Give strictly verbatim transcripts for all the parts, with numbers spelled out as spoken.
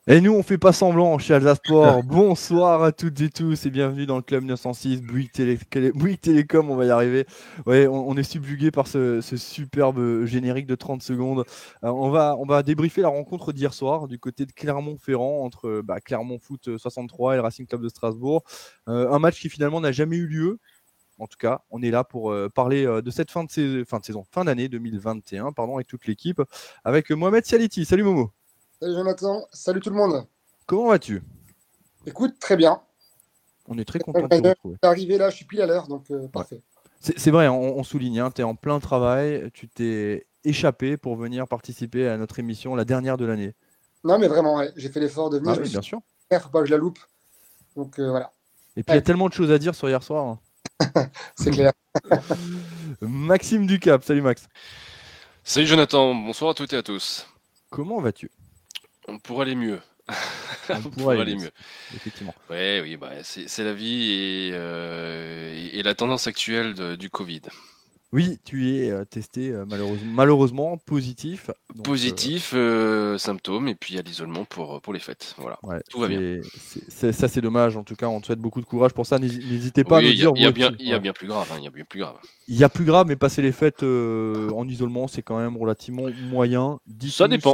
Et nous, on fait pas semblant chez Alsace Sport. Bonsoir à toutes et tous et bienvenue dans le club neuf cent six, Bouygues, Télé... Bouygues Télécom, on va y arriver. Ouais, on, on est subjugué par ce, ce superbe générique de trente secondes. Euh, on, va, on va débriefer la rencontre d'hier soir du côté de Clermont-Ferrand entre bah, Clermont Foot soixante-trois et le Racing Club de Strasbourg. Euh, un match qui finalement n'a jamais eu lieu. En tout cas, on est là pour euh, parler euh, de cette fin de, sais... fin de saison, fin d'année deux mille vingt et un, pardon, avec toute l'équipe, avec Mohamed Sialiti. Salut Momo. Salut Jonathan, salut tout le monde. Comment vas-tu? Écoute, très bien. On est très content de te retrouver. Arrivé là, je suis pile à l'heure, donc euh, parfait. Ouais. C'est, c'est vrai, on, on souligne, hein, tu es en plein travail, tu t'es échappé pour venir participer à notre émission, la dernière de l'année. Non, mais vraiment, ouais, j'ai fait l'effort de venir. Ah oui, bien sûr. Il ne faut pas que je la loupe. Donc euh, voilà. Et puis il ouais. y a tellement de choses à dire sur hier soir. C'est clair. Maxime Ducap, salut Max. Salut Jonathan, bonsoir à toutes et à tous. Comment vas-tu? On pourrait aller mieux. On, On pourrait aller mieux. mieux. Effectivement. Ouais, oui, bah, c'est, c'est la vie et, euh, et, et la tendance actuelle de, du Covid. Oui, tu es euh, testé euh, malheureusement, malheureusement positif. Donc, positif, euh... Euh, symptômes et puis à l'isolement pour, pour les fêtes. Voilà, ouais, tout va bien. C'est, c'est, ça c'est dommage, en tout cas on te souhaite beaucoup de courage pour ça. N'hésitez pas oui, à nous y a, dire. Il y, a bien, y a bien plus grave. Il hein, y a bien plus grave. Il y a plus grave, mais passer les fêtes euh, en isolement, c'est quand même relativement moyen. Dites ça dépend.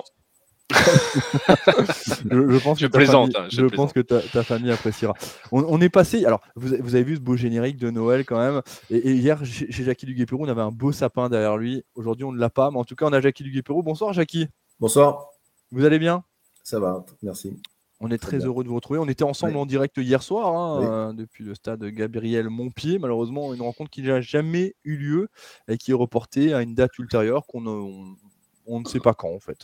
je, je pense je que ta plaisante, famille, hein, je, je plaisante. pense que ta, ta famille appréciera. On, on est passé. Alors, vous, vous avez vu ce beau générique de Noël quand même. Et, et hier, chez, chez Jackie Duguay-Pérou, on avait un beau sapin derrière lui. Aujourd'hui, on ne l'a pas, mais en tout cas, on a Jackie Duguay-Pérou. Bonsoir, Jackie. Bonsoir. Vous allez bien? Ça va, merci. On est très, très heureux de vous retrouver. On était ensemble oui. en direct hier soir, hein, oui. euh, depuis le stade Gabriel Montpied. Malheureusement, une rencontre qui n'a jamais eu lieu et qui est reportée à une date ultérieure qu'on on, on ne sait pas quand en fait.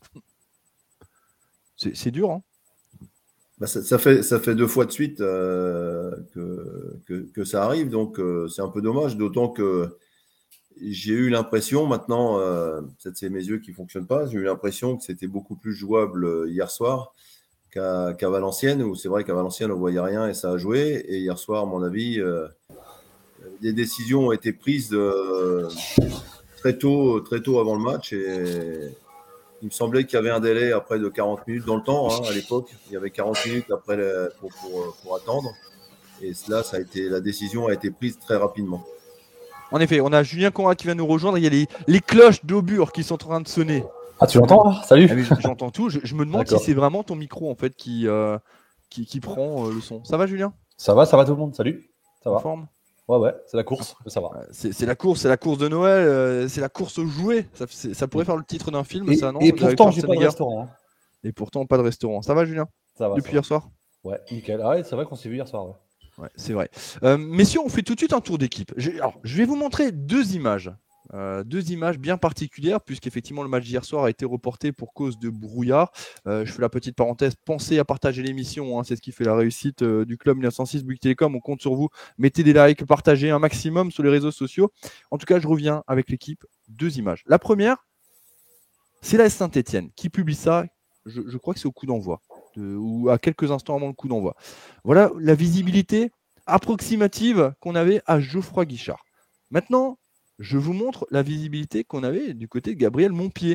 C'est, c'est dur, hein? Bah ça, ça, fait, ça fait deux fois de suite euh, que, que, que ça arrive, donc euh, c'est un peu dommage, d'autant que j'ai eu l'impression, maintenant, euh, peut-être c'est mes yeux qui ne fonctionnent pas, j'ai eu l'impression que c'était beaucoup plus jouable hier soir qu'à, qu'à Valenciennes, où c'est vrai qu'à Valenciennes, on ne voyait rien et ça a joué, et hier soir, à mon avis, euh, des décisions ont été prises euh, très tôt, très tôt avant le match, et il me semblait qu'il y avait un délai après de quarante minutes dans le temps, hein, à l'époque. Il y avait quarante minutes après les, pour, pour, pour attendre. Et cela, ça a été, la décision a été prise très rapidement. En effet, on a Julien Conrad qui vient nous rejoindre. Il y a les, les cloches d'Aubure qui sont en train de sonner. Ah, tu l'entends là? Salut. Ah, oui, j'entends tout. Je, je me demande D'accord. si c'est vraiment ton micro en fait qui, euh, qui, qui prend euh, le son. Ça va, Julien? Ça va, ça va tout le monde. Salut. Ça va. En forme? Ouais, ouais, c'est la course, ça va. C'est, c'est la course, c'est la course de Noël, euh, c'est la course aux jouets. Ça, ça pourrait faire le titre d'un film, et, ça, non? Et pourtant, j'ai pas de restaurant. Hein. Et pourtant, pas de restaurant. Ça va, Julien? Ça va. Depuis ça hier va. soir? Ouais, nickel. Ah ouais, c'est vrai qu'on s'est vu hier soir. Ouais, ouais c'est vrai. Euh, messieurs, on fait tout de suite un tour d'équipe. J'ai, alors, je vais vous montrer deux images. Euh, deux images bien particulières, puisqu'effectivement le match d'hier soir a été reporté pour cause de brouillard. Euh, je fais la petite parenthèse, pensez à partager l'émission, hein, c'est ce qui fait la réussite euh, du club neuf cent six Bouygues Télécom. On compte sur vous, mettez des likes, partagez un maximum sur les réseaux sociaux. En tout cas, je reviens avec l'équipe, deux images. La première, c'est l'A S Saint-Etienne qui publie ça, je, je crois que c'est au coup d'envoi, de, ou à quelques instants avant le coup d'envoi. Voilà la visibilité approximative qu'on avait à Geoffroy Guichard. Maintenant, je vous montre la visibilité qu'on avait du côté de Gabriel Montpied.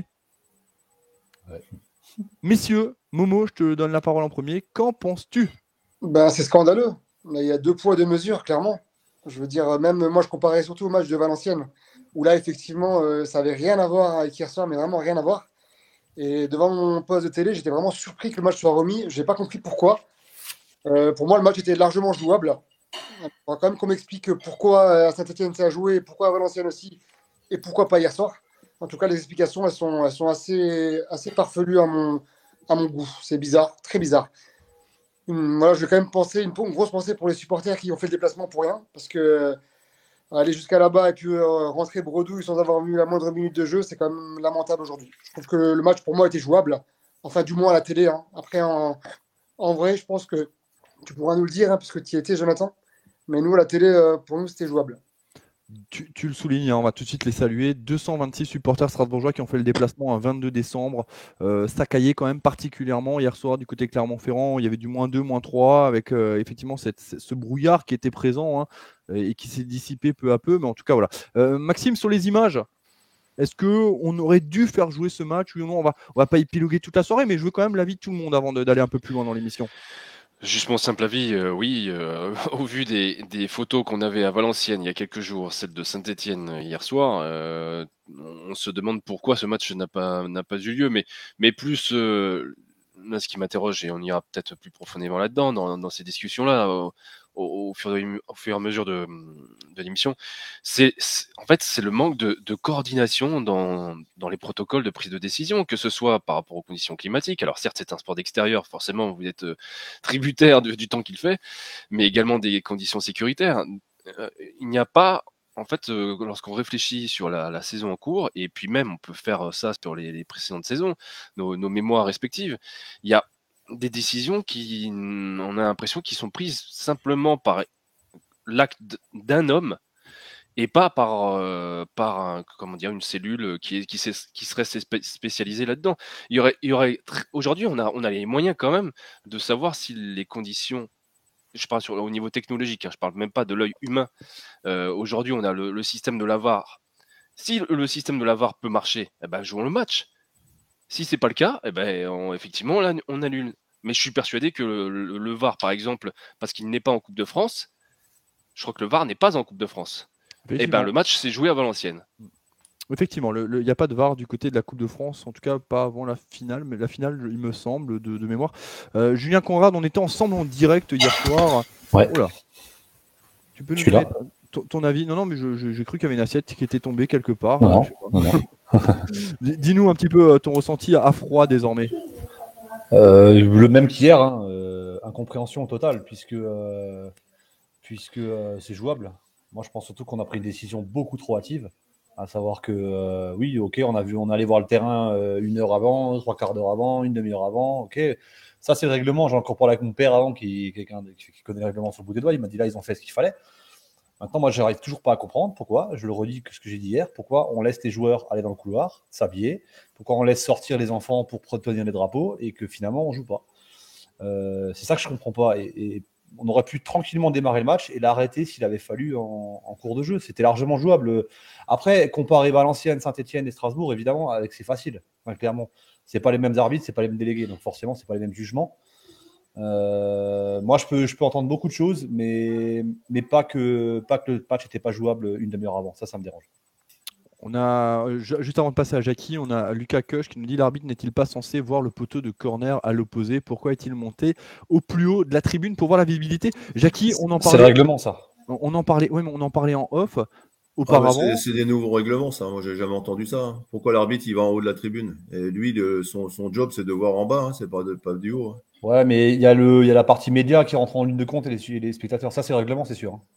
Ouais. Messieurs, Momo, je te donne la parole en premier. Qu'en penses-tu? Ben, c'est scandaleux. Il y a deux poids, deux mesures, clairement. Je veux dire, même moi, je comparais surtout au match de Valenciennes, où là, effectivement, euh, ça n'avait rien à voir avec hier soir, mais vraiment rien à voir. Et devant mon poste de télé, j'étais vraiment surpris que le match soit remis. Je n'ai pas compris pourquoi. Euh, pour moi, le match était largement jouable. Il faudra quand même qu'on m'explique pourquoi à Saint-Etienne ça a joué, pourquoi à Valenciennes aussi, et pourquoi pas hier soir. En tout cas, les explications, elles sont, elles sont assez, assez farfelues à mon, à mon goût. C'est bizarre, très bizarre. Une, voilà, je vais quand même penser, une, une grosse pensée pour les supporters qui ont fait le déplacement pour rien, parce que euh, aller jusqu'à là-bas et puis euh, rentrer bredouille sans avoir vu la moindre minute de jeu, c'est quand même lamentable aujourd'hui. Je trouve que le match, pour moi, était jouable. Enfin, du moins à la télé. Hein. Après, en, en vrai, je pense que tu pourras nous le dire, hein, parce que tu y étais, Jonathan. Mais nous, à la télé, pour nous, c'était jouable. Tu, tu le soulignes, hein, on va tout de suite les saluer. deux cent vingt-six supporters strasbourgeois qui ont fait le déplacement un vingt-deux décembre. Euh, ça caillait quand même particulièrement hier soir du côté de Clermont-Ferrand. Il y avait du moins deux, moins trois, avec euh, effectivement cette, ce brouillard qui était présent hein, et qui s'est dissipé peu à peu. Mais en tout cas, voilà. Euh, Maxime, sur les images, Est-ce qu'on aurait dû faire jouer ce match? Oui ou non? On va, on va pas épiloguer toute la soirée, mais je veux quand même l'avis de tout le monde avant de, d'aller un peu plus loin dans l'émission. Juste mon simple avis, euh, oui, euh, au vu des, des photos qu'on avait à Valenciennes il y a quelques jours, celle de Saint-Étienne hier soir, euh, on se demande pourquoi ce match n'a pas, n'a pas eu lieu, mais, mais plus, euh, là, ce qui m'interroge, et on ira peut-être plus profondément là-dedans, dans, dans ces discussions-là, au, au, au, fur, et, au fur et à mesure de, de l'émission, c'est, c'est, en fait, c'est le manque de, de coordination dans, dans les protocoles de prise de décision, que ce soit par rapport aux conditions climatiques. Alors certes, c'est un sport d'extérieur, forcément, vous êtes euh, tributaire du, du temps qu'il fait, mais également des conditions sécuritaires. Euh, il n'y a pas, en fait, euh, lorsqu'on réfléchit sur la, la saison en cours, et puis même on peut faire ça sur les, les précédentes saisons, nos, nos mémoires respectives, il y a des décisions qui, on a l'impression, qui sont prises simplement par l'acte d'un homme et pas par, euh, par un, comment dire, une cellule qui, est, qui, qui serait spécialisée là-dedans. Il y aurait, il y aurait, aujourd'hui, on a, on a les moyens quand même de savoir si les conditions, je parle sur, au niveau technologique, hein, je parle même pas de l'œil humain. Euh, aujourd'hui, on a le, le système de la V A R. Si le, le système de la V A R peut marcher, eh ben, jouons le match. Si c'est pas le cas, eh ben, on, effectivement, là, on annule. Mais je suis persuadé que le, le, le V A R, par exemple, parce qu'il n'est pas en Coupe de France, je crois que le V A R n'est pas en Coupe de France. Et ben le match s'est joué à Valenciennes. Effectivement, il n'y a pas de V A R du côté de la Coupe de France, en tout cas pas avant la finale, mais la finale, il me semble, de, de mémoire. Euh, Julien Conrad, on était ensemble en direct hier soir. Ouais. Oh là. Tu peux nous donner ton, ton avis? Non, non, mais je, je, j'ai cru qu'il y avait une assiette qui était tombée quelque part. Non, non, non. Dis-nous un petit peu ton ressenti à froid désormais. Euh, le même qu'hier, hein, euh, incompréhension totale, puisque, euh, puisque euh, c'est jouable. Moi, je pense surtout qu'on a pris une décision beaucoup trop hâtive, à savoir que, euh, oui, ok, on a vu, on allait voir le terrain euh, une heure avant, trois quarts d'heure avant, une demi-heure avant, ok. Ça, c'est le règlement. J'ai encore parlé avec mon père avant, qui, quelqu'un qui, qui connaît le règlement sur le bout des doigts. Il m'a dit là, ils ont fait ce qu'il fallait. Maintenant, moi, je n'arrive toujours pas à comprendre pourquoi. Je le redis que ce que j'ai dit hier. Pourquoi on laisse les joueurs aller dans le couloir, s'habiller. Pourquoi on laisse sortir les enfants pour tenir les drapeaux et que finalement, on ne joue pas. Euh, c'est ça que je ne comprends pas. Et, et on aurait pu tranquillement démarrer le match et l'arrêter s'il avait fallu en, en cours de jeu. C'était largement jouable. Après, comparer Valenciennes, Saint-Étienne et Strasbourg, évidemment, avec c'est facile. Enfin, clairement, c'est pas les mêmes arbitres, c'est pas les mêmes délégués, donc forcément, c'est pas les mêmes jugements. Euh, moi, je peux, je peux entendre beaucoup de choses, mais, mais pas, que, pas que le match n'était pas jouable une demi-heure avant. Ça, ça me dérange. On a, juste avant de passer à Jackie, on a Lucas Koch qui nous dit: l'arbitre n'est-il pas censé voir le poteau de corner à l'opposé? Pourquoi est-il monté au plus haut de la tribune pour voir la visibilité? Jackie, on en parlait. C'est le règlement, ça. On en parlait, oui, mais on en parlait en off. Auparavant. Ah, c'est, c'est des nouveaux règlements, ça. Moi, j'ai jamais entendu ça. Hein. Pourquoi l'arbitre il va en haut de la tribune? Et lui, le, son, son job, c'est de voir en bas. Hein. C'est pas, de, pas du haut. Hein. Ouais, mais il y a le, il y a la partie média qui rentre en ligne de compte et les, les spectateurs. Ça, c'est le règlement, c'est sûr. Hein.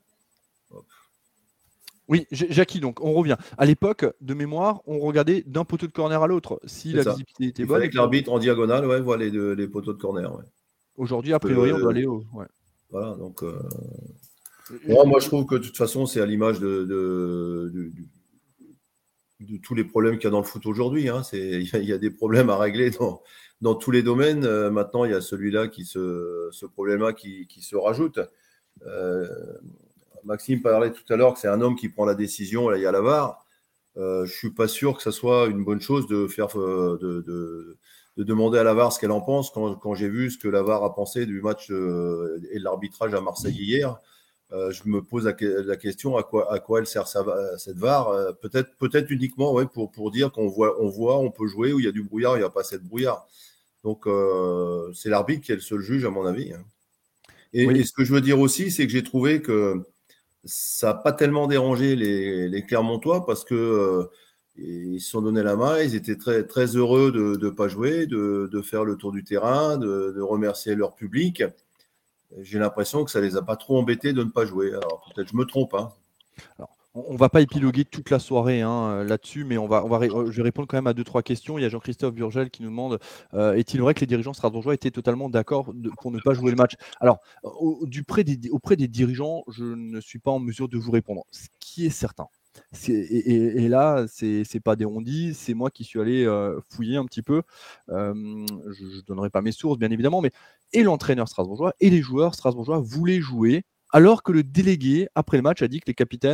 Oui, Jackie, donc on revient. À l'époque, de mémoire, on regardait d'un poteau de corner à l'autre. Si c'est la ça. visibilité était il bonne. Il fallait que l'arbitre en diagonale, ouais, voit les, deux, les poteaux de corner. Ouais. Aujourd'hui, a priori, euh, on doit aller au. Ouais. Voilà, donc. Euh... Bon, moi, je trouve que de toute façon, c'est à l'image de, de, de, de, de tous les problèmes qu'il y a dans le foot aujourd'hui. Hein. Il y, y a des problèmes à régler dans, dans tous les domaines. Euh, maintenant, il y a celui-là, qui se, ce problème-là qui, qui se rajoute. Euh, Maxime parlait tout à l'heure que c'est un homme qui prend la décision. Là, il y a la V A R. Euh, je ne suis pas sûr que ça soit une bonne chose de, faire, de, de, de demander à la V A R ce qu'elle en pense. Quand, quand j'ai vu ce que la V A R a pensé du match euh, et de l'arbitrage à Marseille hier, euh, je me pose la, la question à quoi, à quoi elle sert sa, cette V A R. Euh, peut-être, peut-être uniquement ouais, pour, pour dire qu'on voit, on voit, on peut jouer, où il y a du brouillard, il n'y a pas assez de brouillard. Donc, euh, c'est l'arbitre qui est le seul juge, à mon avis. Hein. Et, oui. et ce que je veux dire aussi, c'est que j'ai trouvé que ça n'a pas tellement dérangé les, les Clermontois parce que euh, ils se sont donné la main, ils étaient très, très heureux de ne pas jouer, de, de faire le tour du terrain, de, de remercier leur public. J'ai l'impression que ça ne les a pas trop embêtés de ne pas jouer. Alors peut-être je me trompe. Hein. Alors, on ne va pas épiloguer toute la soirée hein, là-dessus, mais on va, on va, je vais répondre quand même à deux, trois questions. Il y a Jean-Christophe Burgel qui nous demande euh, est-il vrai que les dirigeants strasbourgeois étaient totalement d'accord de, pour ne pas jouer le match? Alors, au, du près des, auprès des dirigeants, je ne suis pas en mesure de vous répondre. Ce qui est certain, c'est, et, et, et là, c'est, c'est pas des rondis, c'est moi qui suis allé euh, fouiller un petit peu. Euh, je ne donnerai pas mes sources, bien évidemment, mais et l'entraîneur strasbourgeois et les joueurs strasbourgeois voulaient jouer, alors que le délégué, après le match, a dit que les capitaines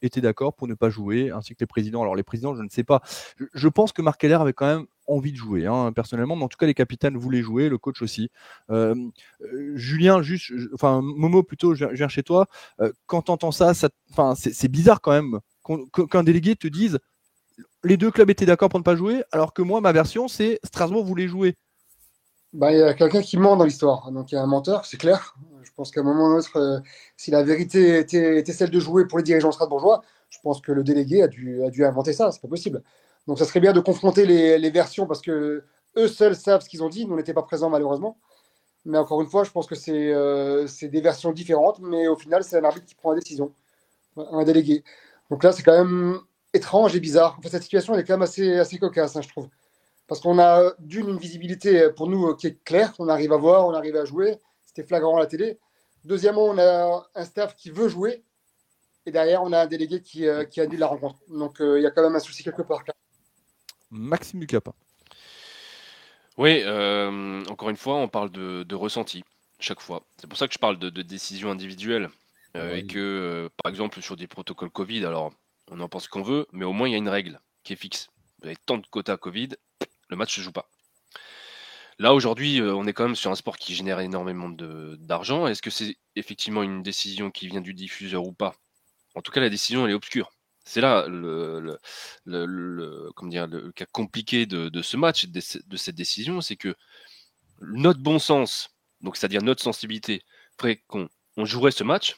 étaient d'accord pour ne pas jouer, ainsi que les présidents. Alors les présidents, je ne sais pas. Je, je pense que Marc Keller avait quand même envie de jouer, hein, personnellement, mais en tout cas les capitaines voulaient jouer, le coach aussi. Euh, euh, Julien, juste, je, enfin Momo plutôt, je, je viens chez toi. Euh, quand tu entends ça, ça c'est, c'est bizarre quand même qu'on, qu'un délégué te dise les deux clubs étaient d'accord pour ne pas jouer, alors que moi ma version c'est Strasbourg voulait jouer. Bah, il y a quelqu'un qui ment dans l'histoire, donc il y a un menteur, c'est clair. Je pense qu'à un moment ou à un autre, euh, si la vérité était, était celle de jouer pour les dirigeants strasbourgeois, je pense que le délégué a dû, a dû inventer ça, c'est pas possible. Donc ça serait bien de confronter les, les versions parce que eux seuls savent ce qu'ils ont dit, nous n'étions pas présents malheureusement. Mais encore une fois, je pense que c'est, euh, c'est des versions différentes, mais au final, c'est un arbitre qui prend la décision, un délégué. Donc là, c'est quand même étrange et bizarre. Enfin, cette situation, elle est quand même assez, assez cocasse, hein, je trouve. Parce qu'on a d'une une visibilité pour nous qui est claire, on arrive à voir, on arrive à jouer, c'était flagrant à la télé. Deuxièmement, on a un staff qui veut jouer, et derrière, on a un délégué qui, euh, qui annule la rencontre. Donc il euh, y a quand même un souci quelque part. Maxime Lucapin. Oui, euh, encore une fois, on parle de, de ressenti, chaque fois. C'est pour ça que je parle de, de décision individuelle. Euh, oui. Et que, euh, par exemple, sur des protocoles Covid, alors on en pense qu'on veut, mais au moins il y a une règle qui est fixe. Vous avez tant de quotas Covid, le match ne se joue pas. Là, aujourd'hui, euh, on est quand même sur un sport qui génère énormément de, d'argent. Est-ce que c'est effectivement une décision qui vient du diffuseur ou pas ? En tout cas, la décision, elle est obscure. C'est là le, le, le, le, comment dire, le cas compliqué de, de ce match, de, de cette décision, c'est que notre bon sens, donc c'est-à-dire notre sensibilité, ferait qu'on on jouerait ce match.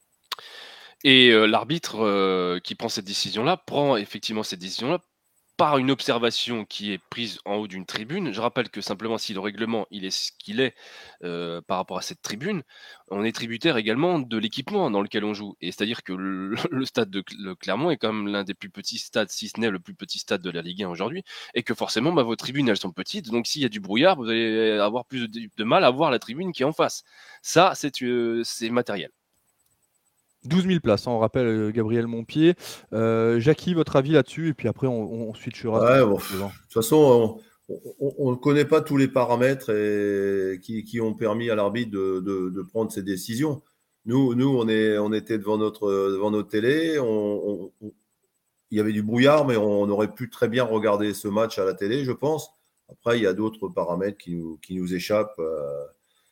Et euh, l'arbitre euh, qui prend cette décision-là prend effectivement cette décision-là par une observation qui est prise en haut d'une tribune. Je rappelle que simplement si le règlement il est ce qu'il est euh, par rapport à cette tribune, on est tributaire également de l'équipement dans lequel on joue. Et c'est-à-dire que le, le stade de le Clermont est quand même l'un des plus petits stades, si ce n'est le plus petit stade de la Ligue un aujourd'hui, et que forcément bah, vos tribunes elles sont petites, donc s'il y a du brouillard, vous allez avoir plus de, de mal à voir la tribune qui est en face. Ça, c'est, euh, c'est matériel. douze mille places, hein, on rappelle Gabriel Montpied. Euh, Jackie, votre avis là-dessus, et puis après on, on switchera. Ouais, bon, de toute façon, on ne connaît pas tous les paramètres et, qui, qui ont permis à l'arbitre de, de, de prendre ces décisions. Nous, nous on, est, on était devant notre, devant notre télé, on, on, on, il y avait du brouillard, mais on aurait pu très bien regarder ce match à la télé, je pense. Après, il y a d'autres paramètres qui nous, qui nous échappent. Euh,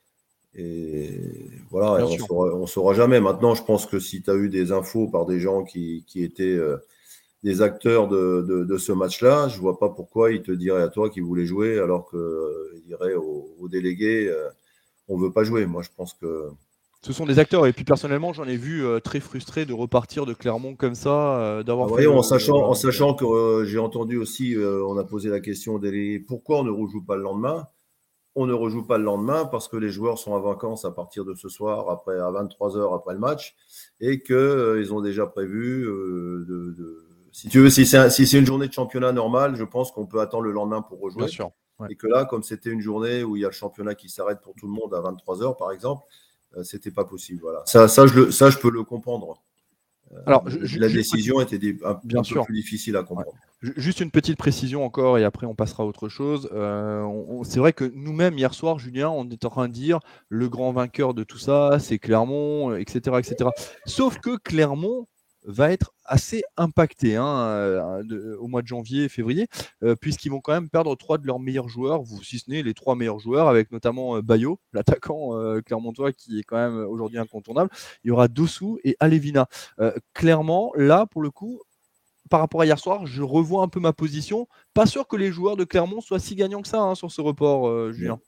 Et voilà, et on saura, on saura jamais. Maintenant, je pense que si tu as eu des infos par des gens qui, qui étaient euh, des acteurs de, de, de ce match-là, je ne vois pas pourquoi ils te diraient à toi qu'ils voulaient jouer alors qu'ils euh, diraient aux, aux délégués euh, on ne veut pas jouer. Moi, je pense que. Ce sont des acteurs. Et puis, personnellement, j'en ai vu euh, très frustrés de repartir de Clermont comme ça, euh, d'avoir ah, fait. Oui, le, en, sachant, le... en sachant que euh, j'ai entendu aussi, euh, on a posé la question aux délégués pourquoi on ne rejoue pas le lendemain ? On ne rejoue pas le lendemain parce que les joueurs sont en vacances à partir de ce soir, après, à vingt-trois heures après le match, et qu'ils euh, ont déjà prévu euh, de, de… Si tu veux, si c'est, un, si c'est une journée de championnat normale, je pense qu'on peut attendre le lendemain pour rejouer. Bien sûr. Ouais. Et que là, comme c'était une journée où il y a le championnat qui s'arrête pour tout le monde à vingt-trois heures, par exemple, euh, c'était pas possible. Voilà. Ça, ça, je le, ça, je peux le comprendre. Alors, euh, je, la je, décision je... était un, un bien peu sûr. plus difficile à comprendre. Ouais. Juste une petite précision encore, et après on passera à autre chose. Euh, on, c'est vrai que nous-mêmes, hier soir, Julien, on est en train de dire le grand vainqueur de tout ça, c'est Clermont, et cetera, et cetera. Sauf que Clermont va être assez impacté hein, de, au mois de janvier et février, euh, puisqu'ils vont quand même perdre trois de leurs meilleurs joueurs, vous, si ce n'est les trois meilleurs joueurs, avec notamment euh, Bayo, l'attaquant euh, clermontois qui est quand même aujourd'hui incontournable. Il y aura Dossou et Alevina. Euh, clairement, là, pour le coup, par rapport à hier soir, je revois un peu ma position. Pas sûr que les joueurs de Clermont soient si gagnants que ça hein, sur ce report, euh, Julien.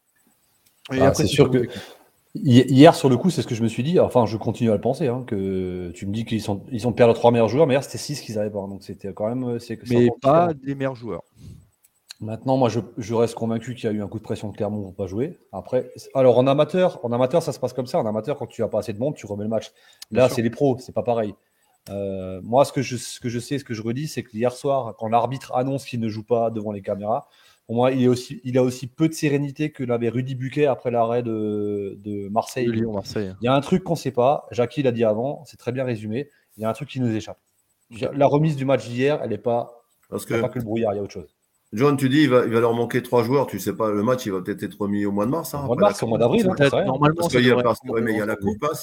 Et ah, après, c'est, c'est sûr que hier, sur le coup, c'est ce que je me suis dit. Enfin, je continue à le penser. Hein, que tu me dis qu'ils sont, ils ont perdu trois meilleurs joueurs, mais hier, c'était six qu'ils n'avaient pas. Donc, c'était quand même. C'est, c'est mais pas différent. Des meilleurs joueurs. Maintenant, moi, je, je reste convaincu qu'il y a eu un coup de pression de Clermont pour pas jouer. Après, alors en amateur, en amateur, ça se passe comme ça. En amateur, quand tu n'as pas assez de monde, tu remets le match. Là, c'est les pros, c'est pas pareil. Euh, moi, ce que, je, ce que je sais, ce que je redis, c'est que hier soir, quand l'arbitre annonce qu'il ne joue pas devant les caméras, pour moi, il, est aussi, il a aussi peu de sérénité que l'avait Rudy Buquet après l'arrêt de, de Marseille. De Lyon, Marseille. Il y a un truc qu'on ne sait pas. Jackie l'a dit avant, c'est très bien résumé. Il y a un truc qui nous échappe. La remise du match d'hier, elle n'est pas, Parce que, pas que le brouillard, il y a autre chose. John, tu dis il va, il va leur manquer trois joueurs. Tu sais pas, le match, il va peut-être être remis au mois de mars. Hein, au mois de mars, au mois d'avril. Hein, peut-être, normalement, parce qu'il y a, parce que, ouais, mais il y a la coupe. Hein, si,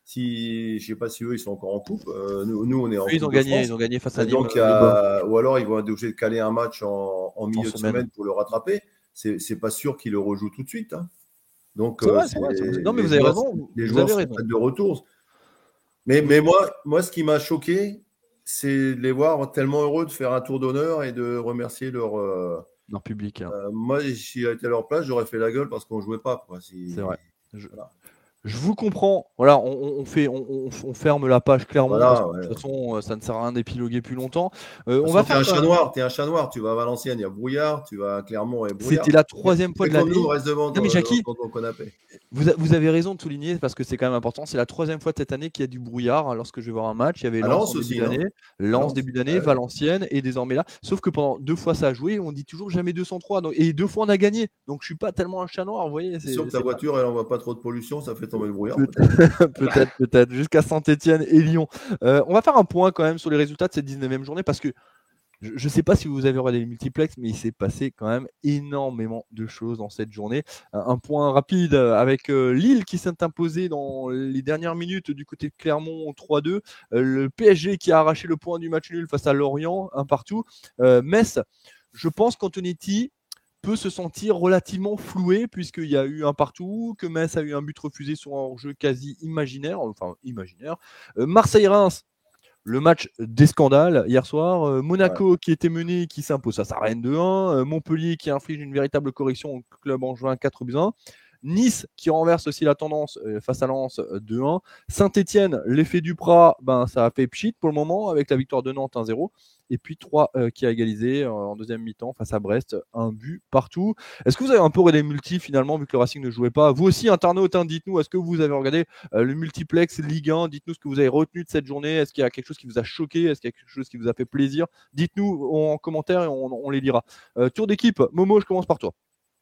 si, je sais pas si eux ils sont encore en coupe. Euh, nous, nous, on est en Eux, coupe ils ont de gagné, France. ils ont gagné face à Et Nîmes. donc, il y a, ou alors ils vont être obligés de caler un match en, en milieu de semaine. semaine pour le rattraper. C'est, c'est pas sûr qu'ils le rejouent tout de suite. Hein. Donc, C'est euh, vrai, c'est vrai, c'est vrai. Non, mais les vous avez joueurs- raison. Les vous joueurs avez sont raison. peut-être de retour. Mais, mais moi, moi, ce qui m'a choqué, c'est de les voir tellement heureux de faire un tour d'honneur et de remercier leur. Euh, Leur public. Hein. euh, moi, si j'étais à leur place, j'aurais fait la gueule parce qu'on jouait pas. Quoi. Si- C'est vrai. Je, Voilà. je vous comprends. Voilà, on, on fait, on, on- on ferme la page clairement. Voilà, parce que ouais. de toute façon, euh, ça ne sert à rien d'épiloguer plus longtemps. Euh, De on toute va façon, t'es faire un ça. chat noir, t'es un chat noir. Tu vas à Valenciennes, il y a brouillard. Tu vas à Clermont et brouillard. C'était la troisième fois Fais de comme l'année. nous, on reste devant Non, mais dans- Jackie, dans ton canapé. Vous, a- vous avez raison de souligner parce que c'est quand même important. C'est la troisième fois de cette année qu'il y a du brouillard. hein, Lorsque je vais voir un match, il y avait À Lens Lens en début aussi, non d'année, À Lens Lens, début d'année, ouais. Valenciennes et désormais là. Sauf que pendant deux fois ça a joué, on dit toujours jamais deux cent trois. Donc, et deux fois on a gagné. Donc je suis pas tellement un chat noir. Vous voyez, C'est sûr que ta c'est pas- voiture, elle envoie pas trop de pollution, ça fait tomber le brouillard. peut-être, peut-être, jusqu'à Saint-Etienne et Lyon. Euh, on va faire un point quand même sur les résultats de cette dix-neuvième journée parce que je ne sais pas si vous avez regardé les multiplex, mais il s'est passé quand même énormément de choses dans cette journée. Un point rapide avec euh, Lille qui s'est imposé dans les dernières minutes du côté de Clermont trois deux. Euh, le P S G qui a arraché le point du match nul face à Lorient, un partout. Euh, Metz, je pense qu'Antonetti peut se sentir relativement floué puisqu'il y a eu un partout, que Metz a eu un but refusé sur un hors-jeu quasi imaginaire, enfin imaginaire. Euh, Marseille-Reims, le match des scandales hier soir. Euh, Monaco ouais. qui était mené, qui s'impose à sa reine deux un. Euh, Montpellier qui inflige une véritable correction au club angevin quatre buts à un. Nice qui renverse aussi la tendance euh, face à Lens deux un. Saint-Etienne, l'effet du Prat, ben, ça a fait pchit pour le moment avec la victoire de Nantes un zéro. Et puis trois euh, qui a égalisé euh, en deuxième mi-temps face à Brest, un but partout. Est-ce que vous avez un peu regardé le multi finalement vu que le Racing ne jouait pas? Vous aussi, internaute, hein, dites-nous, est-ce que vous avez regardé euh, le multiplex Ligue un? Dites-nous ce que vous avez retenu de cette journée. Est-ce qu'il y a quelque chose qui vous a choqué? Est-ce qu'il y a quelque chose qui vous a fait plaisir? Dites-nous en commentaire et on, on les lira. Euh, tour d'équipe, Momo, je commence par toi.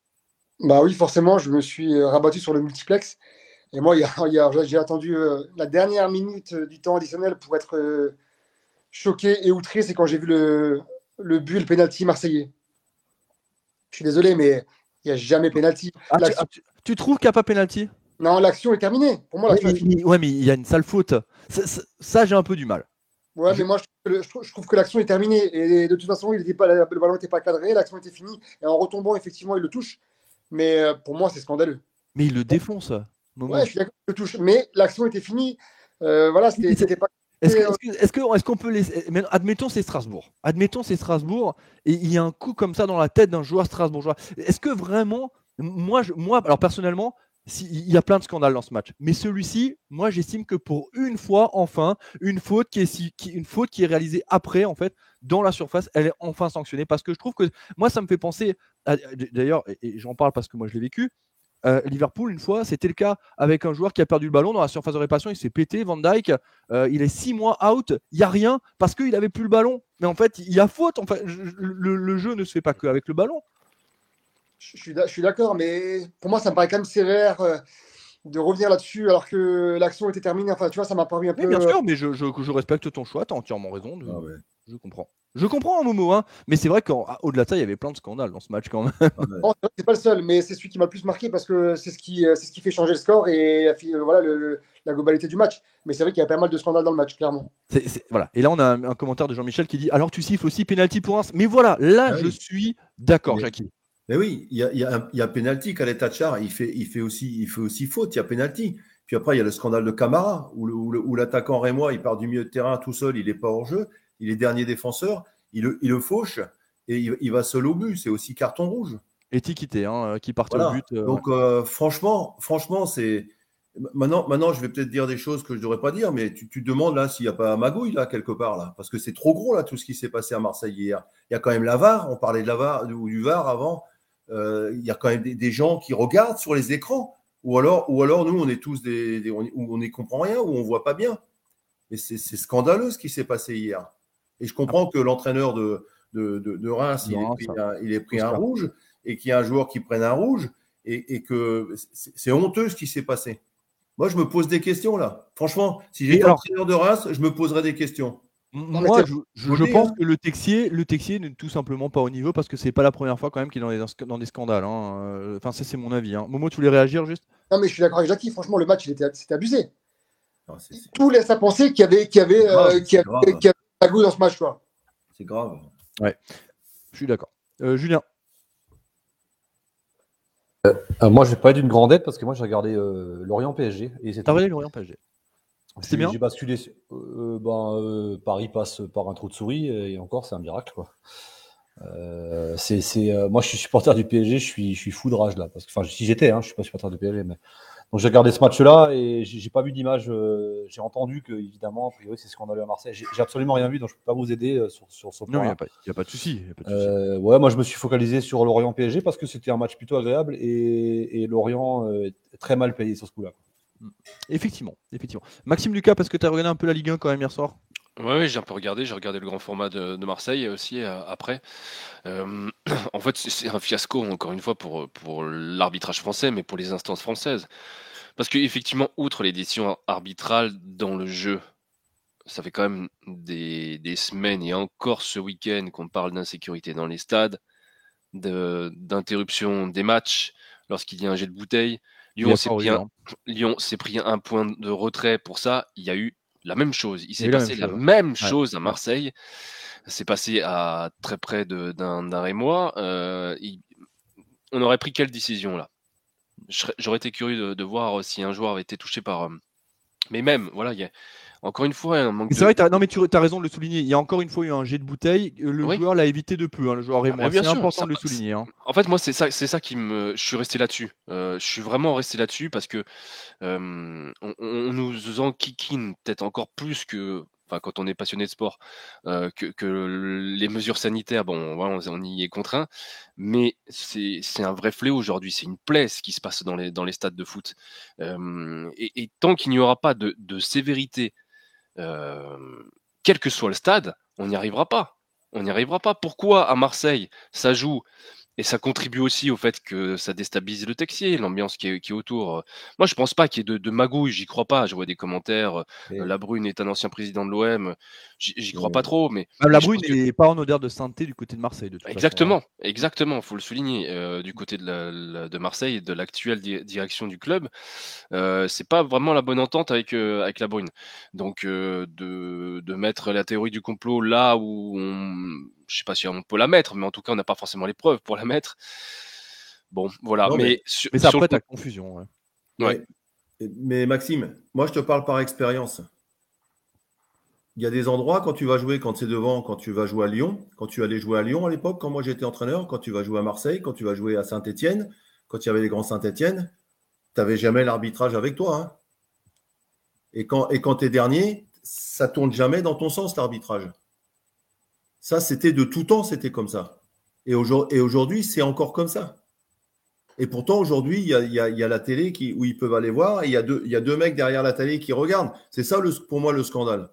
Bah oui, forcément, je me suis rabattu sur le multiplex. Et moi, il y a, il y a, j'ai attendu euh, la dernière minute du temps additionnel pour être euh, choqué et outré. C'est quand j'ai vu le, le but et le pénalty marseillais. Je suis désolé, mais il n'y a jamais pénalty. Ah, tu, ah, tu, tu trouves qu'il n'y a pas pénalty? Non, l'action est terminée. Pour moi, l'action ouais, est finie. Ouais, mais il y a une sale faute. Ça, ça, ça j'ai un peu du mal. Ouais, mais moi, je trouve que, je trouve, je trouve que l'action est terminée. Et de toute façon, il était pas, le ballon n'était pas cadré, l'action était finie. Et en retombant, effectivement, il le touche. Mais pour moi, c'est scandaleux. Mais il le défonce. Moment. Ouais, je suis d'accord, il le touche. Mais l'action était finie. Euh, voilà, c'était, c'était pas. Est-ce, que, est-ce, que, est-ce, que, est-ce qu'on peut laisser. Admettons, c'est Strasbourg. Admettons, c'est Strasbourg. Et il y a un coup comme ça dans la tête d'un joueur strasbourgeois. Est-ce que vraiment. Moi, je, moi alors personnellement. Si, il y a plein de scandales dans ce match, mais celui-ci, moi j'estime que pour une fois, enfin, une faute qui est, qui, une faute qui est réalisée après, en fait, dans la surface, elle est enfin sanctionnée. Parce que je trouve que moi, ça me fait penser, à, d'ailleurs, et, et j'en parle parce que moi je l'ai vécu, euh, Liverpool, une fois, c'était le cas avec un joueur qui a perdu le ballon dans la surface de réparation, il s'est pété, Van Dijk, euh, il est six mois out, il n'y a rien parce qu'il n'avait plus le ballon. Mais en fait, il y a faute, en fait, le, le jeu ne se fait pas qu'avec le ballon. Je suis, je suis d'accord, mais pour moi, ça me paraît quand même sévère euh, de revenir là-dessus alors que l'action était terminée. Enfin, tu vois, ça m'a paru un oui, peu. Bien sûr, mais je, je, je respecte ton choix, tu as entièrement raison. De... Ah ouais. Je comprends. Je comprends un Momo, hein, mais c'est vrai qu'au-delà de ça, il y avait plein de scandales dans ce match quand même. Ah ouais. Non, c'est pas le seul, mais c'est celui qui m'a le plus marqué parce que c'est ce qui, c'est ce qui fait changer le score et voilà le, le, la globalité du match. Mais c'est vrai qu'il y a pas mal de scandales dans le match, clairement. C'est, c'est, voilà. Et là, on a un, un commentaire de Jean-Michel qui dit alors tu siffles aussi pénalty pour un. Mais voilà, là, ah je oui. suis d'accord, mais... Jackie. Mais oui, il y a, y a, y a pénalty qu'à l'état de char, il fait, il, fait aussi, il fait aussi faute, il y a pénalty. Puis après, il y a le scandale de Camara, où, le, où, le, où l'attaquant rémois, il part du milieu de terrain tout seul, il n'est pas hors jeu, il est dernier défenseur, il le, il le fauche et il, il va seul au but, c'est aussi carton rouge. Et Tiquité, hein, qui partait voilà. au but. Euh, Donc, euh, franchement, franchement, c'est. Maintenant, maintenant, je vais peut-être dire des choses que je ne devrais pas dire, mais tu, tu te demandes là s'il n'y a pas magouille là quelque part là, parce que c'est trop gros là tout ce qui s'est passé à Marseille hier. Il y a quand même la V A R, on parlait de la V A R ou du V A R avant. Euh, il y a quand même des, des gens qui regardent sur les écrans, ou alors, ou alors nous on est tous des, des on, on n'y comprend rien, ou on voit pas bien. Et c'est, c'est scandaleux ce qui s'est passé hier. Et je comprends que l'entraîneur de, de, de, de Reims, il ait pris, un, il ait pris un rouge, et qu'il y a un joueur qui prenne un rouge, et, et que c'est, c'est honteux ce qui s'est passé. Moi, je me pose des questions là. Franchement, si j'étais entraîneur de Reims, je me poserais des questions. Moi, je, je, je pense que le Texier, le Texier n'est tout simplement pas au niveau parce que c'est pas la première fois quand même qu'il est dans des, dans des scandales. Hein. Enfin, ça, c'est mon avis. Hein. Momo, tu voulais réagir juste? Non, mais je suis d'accord avec Jackie. Franchement, le match, il était, c'était abusé. Ah, c'est, c'est... Tout laisse à penser qu'il y avait, qu'il y avait, grave, euh, qu'il y avait, qu'il y avait Magou dans ce match, quoi. C'est grave. Ouais, je suis d'accord. Euh, Julien. Euh, moi, je vais pas être d'une grande aide parce que moi, j'ai regardé euh, Lorient P S G. Et c'était T'as regardé Lorient P S G. C'était bien. J'ai basculé. Euh, ben, euh, Paris passe par un trou de souris et encore, c'est un miracle, quoi. Euh, c'est, c'est, euh, moi, je suis supporter du P S G, je suis, je suis fou de rage là. Parce que, enfin, si j'étais, hein, je suis pas supporter du P S G, mais donc j'ai regardé ce match-là et j'ai, j'ai pas vu d'image. Euh, j'ai entendu que évidemment, a priori, c'est scandaleux à Marseille. J'ai, j'ai absolument rien vu, donc je peux pas vous aider euh, sur, sur ce point. Non, il n'y a, a pas de souci. Euh, ouais, moi, je me suis focalisé sur Lorient P S G parce que c'était un match plutôt agréable et, et Lorient euh, est très mal payé sur ce coup-là. Effectivement, effectivement. Maxime Lucas, parce que tu as regardé un peu la Ligue un quand même hier soir. Oui, ouais, j'ai un peu regardé. J'ai regardé le grand format de, de Marseille aussi euh, après. Euh, en fait, c'est, c'est un fiasco, encore une fois, pour, pour l'arbitrage français, mais pour les instances françaises. Parce qu'effectivement, outre les décisions arbitrales dans le jeu, ça fait quand même des, des semaines et encore ce week-end qu'on parle d'insécurité dans les stades, de, d'interruption des matchs lorsqu'il y a un jet de bouteille. Lyon s'est, pris un, Lyon s'est pris un point de retrait pour ça. Il y a eu la même chose. Il s'est passé la même chose à Marseille. C'est passé à très près de, d'un, d'un Rémois. Euh, il, on aurait pris quelle décision là ? J'aurais été curieux de, de voir si un joueur avait été touché par. Euh, mais même, voilà, il y a encore une fois un manque mais c'est de. vrai, t'as, non mais tu as raison de le souligner. Il y a encore une fois eu un jet de bouteille. Le oui. joueur l'a évité de peu. Hein, le joueur Rémois. Ah, c'est sûr, important ça, de le souligner. Hein. En fait, moi, c'est ça, c'est ça qui me. Je suis resté là-dessus. Euh, je suis vraiment resté là-dessus parce que euh, on, on nous enquiquine peut-être encore plus que. Enfin, quand on est passionné de sport, euh, que, que les mesures sanitaires, bon, voilà, on, on y est contraint, mais c'est, c'est un vrai fléau aujourd'hui, c'est une plaie ce qui se passe dans les, dans les stades de foot. Euh, et, et tant qu'il n'y aura pas de, de sévérité, euh, quel que soit le stade, on n'y arrivera pas. On n'y arrivera pas. Pourquoi à Marseille, ça joue ? Et ça contribue aussi au fait que ça déstabilise le Texier, l'ambiance qui est, qui est autour. Moi, je pense pas qu'il y ait de, de magouille, j'y crois pas. Je vois des commentaires. Et... Euh, Labrune est un ancien président de l'O M. J'y, j'y crois et... pas trop. Mais ah, Labrune n'est que... pas en odeur de sainteté du côté de Marseille. De toute exactement, façon, hein. exactement. Faut le souligner. Euh, du côté de, la, la, de Marseille et de l'actuelle di- direction du club, euh, c'est pas vraiment la bonne entente avec euh, avec Labrune. Donc euh, de, de mettre la théorie du complot là où on je sais pas si on peut la mettre, mais en tout cas, on n'a pas forcément les preuves pour la mettre. Bon, voilà. Non, mais, mais, sur, mais ça sur prête le... à confusion. Ouais. Ouais. Mais, mais Maxime, moi, je te parle par expérience. Il y a des endroits, quand tu vas jouer, quand c'est devant, quand tu vas jouer à Lyon, quand tu allais jouer à Lyon à l'époque, quand moi j'étais entraîneur, quand tu vas jouer à Marseille, quand tu vas jouer à Saint-Étienne, quand il y avait les grands Saint-Étienne, tu n'avais jamais l'arbitrage avec toi. Hein. Et quand et quand tu es dernier, ça ne tourne jamais dans ton sens, l'arbitrage. Ça, c'était de tout temps, c'était comme ça. Et aujourd'hui, et aujourd'hui c'est encore comme ça. Et pourtant, aujourd'hui, il y a, y a, y a la télé qui, où ils peuvent aller voir et il y a deux, y a deux mecs derrière la télé qui regardent. C'est ça, le, pour moi, le scandale.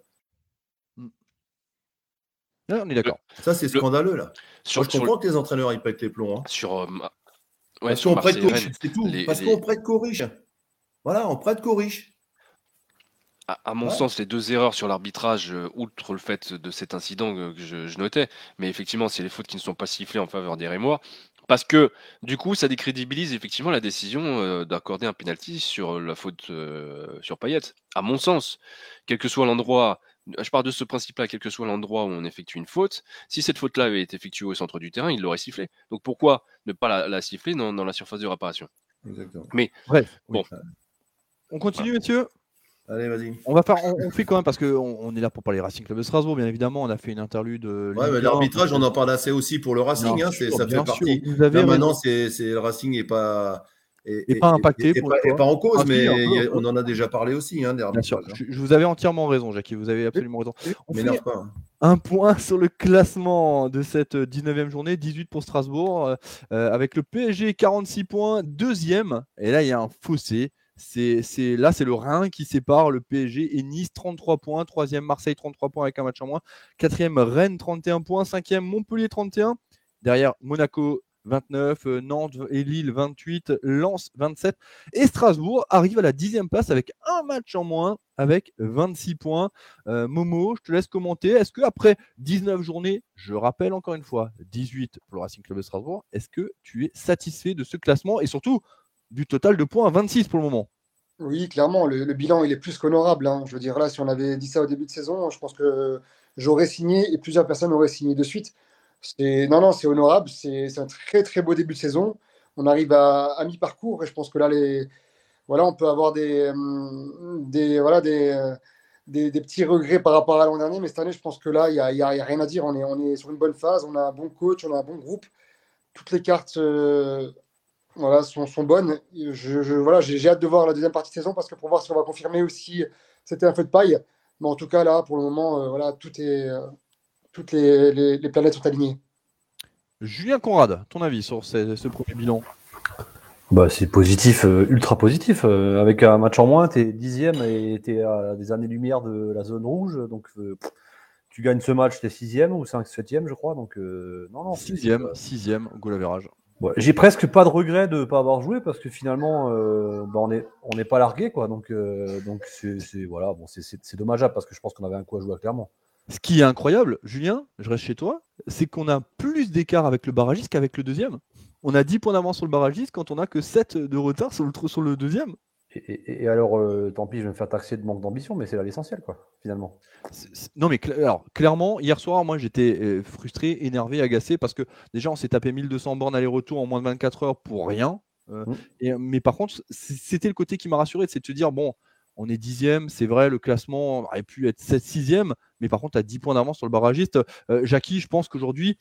Ouais, on est d'accord. Ça, c'est scandaleux, là. Sur, moi, je comprends le... que les entraîneurs, ils pètent les plombs. Hein. Sur, euh, ouais, Parce sur qu'on prête qu'aux riches, c'est tout. Les, Parce les... qu'on prête qu'aux riches. Voilà, on prête qu'aux riches. À, à mon ouais. sens, les deux erreurs sur l'arbitrage, euh, outre le fait de cet incident que, que je, je notais, mais effectivement, c'est les fautes qui ne sont pas sifflées en faveur des Rémois, parce que du coup, ça décrédibilise effectivement la décision euh, d'accorder un penalty sur la faute euh, sur Payet. À mon sens, quel que soit l'endroit, je pars de ce principe-là, quel que soit l'endroit où on effectue une faute, si cette faute-là avait été effectuée au centre du terrain, il l'aurait sifflé. Donc pourquoi ne pas la, la siffler dans, dans la surface de réparation ? Exactement. Mais bref, bon, oui. On continue, voilà. Messieurs. Allez, vas-y. On va faire, on, on fait quand même parce qu'on on est là pour parler Racing Club de Strasbourg, bien évidemment. On a fait une interlude. Ouais, mais l'arbitrage, on en parle assez aussi pour le Racing. Hein, sûr, c'est, ça fait partie. Là, maintenant, c'est, c'est, le Racing n'est pas, est, est, pas impacté. Et, pour pas, pas en cause, ah, mais si, a, on en a déjà parlé aussi. Hein, bien sûr. Je, je vous avais entièrement raison, Jackie. Vous avez absolument raison. On M'énerve fait pas. Hein. Un point sur le classement de cette dix-neuvième journée, dix-huit pour Strasbourg, euh, avec le P S G quarante-six points, deuxième. Et là, il y a un fossé. C'est, c'est, là, c'est le Rhin qui sépare le P S G et Nice, trente-trois points. Troisième, Marseille, trente-trois points avec un match en moins. Quatrième, Rennes, trente et un points. Cinquième, Montpellier, trente et un. Derrière, Monaco, vingt-neuf. Nantes et Lille, vingt-huit. Lens, vingt-sept. Et Strasbourg arrive à la dixième place avec un match en moins, avec vingt-six points. Euh, Momo, je te laisse commenter. Est-ce qu'après dix-neuf journées, je rappelle encore une fois, dix-huit pour le Racing Club de Strasbourg, est-ce que tu es satisfait de ce classement et surtout du total de points à vingt-six pour le moment? Oui, clairement, le, le bilan, il est plus qu'honorable, hein. Je veux dire, là, si on avait dit ça au début de saison, je pense que j'aurais signé et plusieurs personnes auraient signé de suite. C'est, non, non, c'est honorable. C'est c'est un très, très beau début de saison. On arrive à, à mi-parcours et je pense que là, les, voilà, on peut avoir des, hum, des, voilà, des, euh, des, des petits regrets par rapport à l'an dernier. Mais cette année, je pense que là, il n'y a, il y a- il y a rien à dire. On est, on est sur une bonne phase. On a un bon coach, on a un bon groupe. Toutes les cartes. euh, voilà, sont, sont bonnes. Je, je- voilà, j'ai j'ai hâte de voir la deuxième partie de saison parce que pour voir si on va confirmer aussi c'était un feu de paille. Mais en tout cas, là, pour le moment, euh, voilà, tout est, euh, toutes les, les- les planètes sont alignées. Julien Conrad, ton avis sur ce, ce premier bilan? Bah, c'est positif, euh, ultra positif. Euh, avec un match en moins, tu es dixième et tu es à des années-lumière de la zone rouge. Donc, euh, pff, tu gagnes ce match, tu es sixième ou cinq, septième, je crois. Donc, euh, non, non, c'est. c'est, Sixième, euh, sixième, goal average. ouais. J'ai presque pas de regret de ne pas avoir joué parce que finalement, euh, bah, on n'est on n'est pas largué, quoi. Donc, euh, donc c'est, c'est- voilà, bon, c'est, c'est- c'est dommageable parce que je pense qu'on avait un coup à jouer clairement. Ce qui est incroyable, Julien, je reste chez toi, c'est qu'on a plus d'écart avec le barragiste qu'avec le deuxième. On a dix points d'avance sur le barragiste quand on a que sept de retard sur le, sur le deuxième. Et, et- et alors, euh, tant pis, je vais me faire taxer de manque d'ambition, mais c'est là l'essentiel, quoi, finalement. C'est- c'est- Non mais cl- alors, clairement, hier soir, moi j'étais euh, frustré, énervé, agacé parce que déjà on s'est tapé mille deux cents bornes aller-retour en moins de vingt-quatre heures pour rien. Euh, Mm. et, mais par contre, c- c'était le côté qui m'a rassuré, c'est de se dire, bon, on est dixième, c'est vrai, le classement aurait pu être sept sixième, mais par contre, tu as dix points d'avance sur le barragiste. Euh, Jackie, je pense qu'aujourd'hui,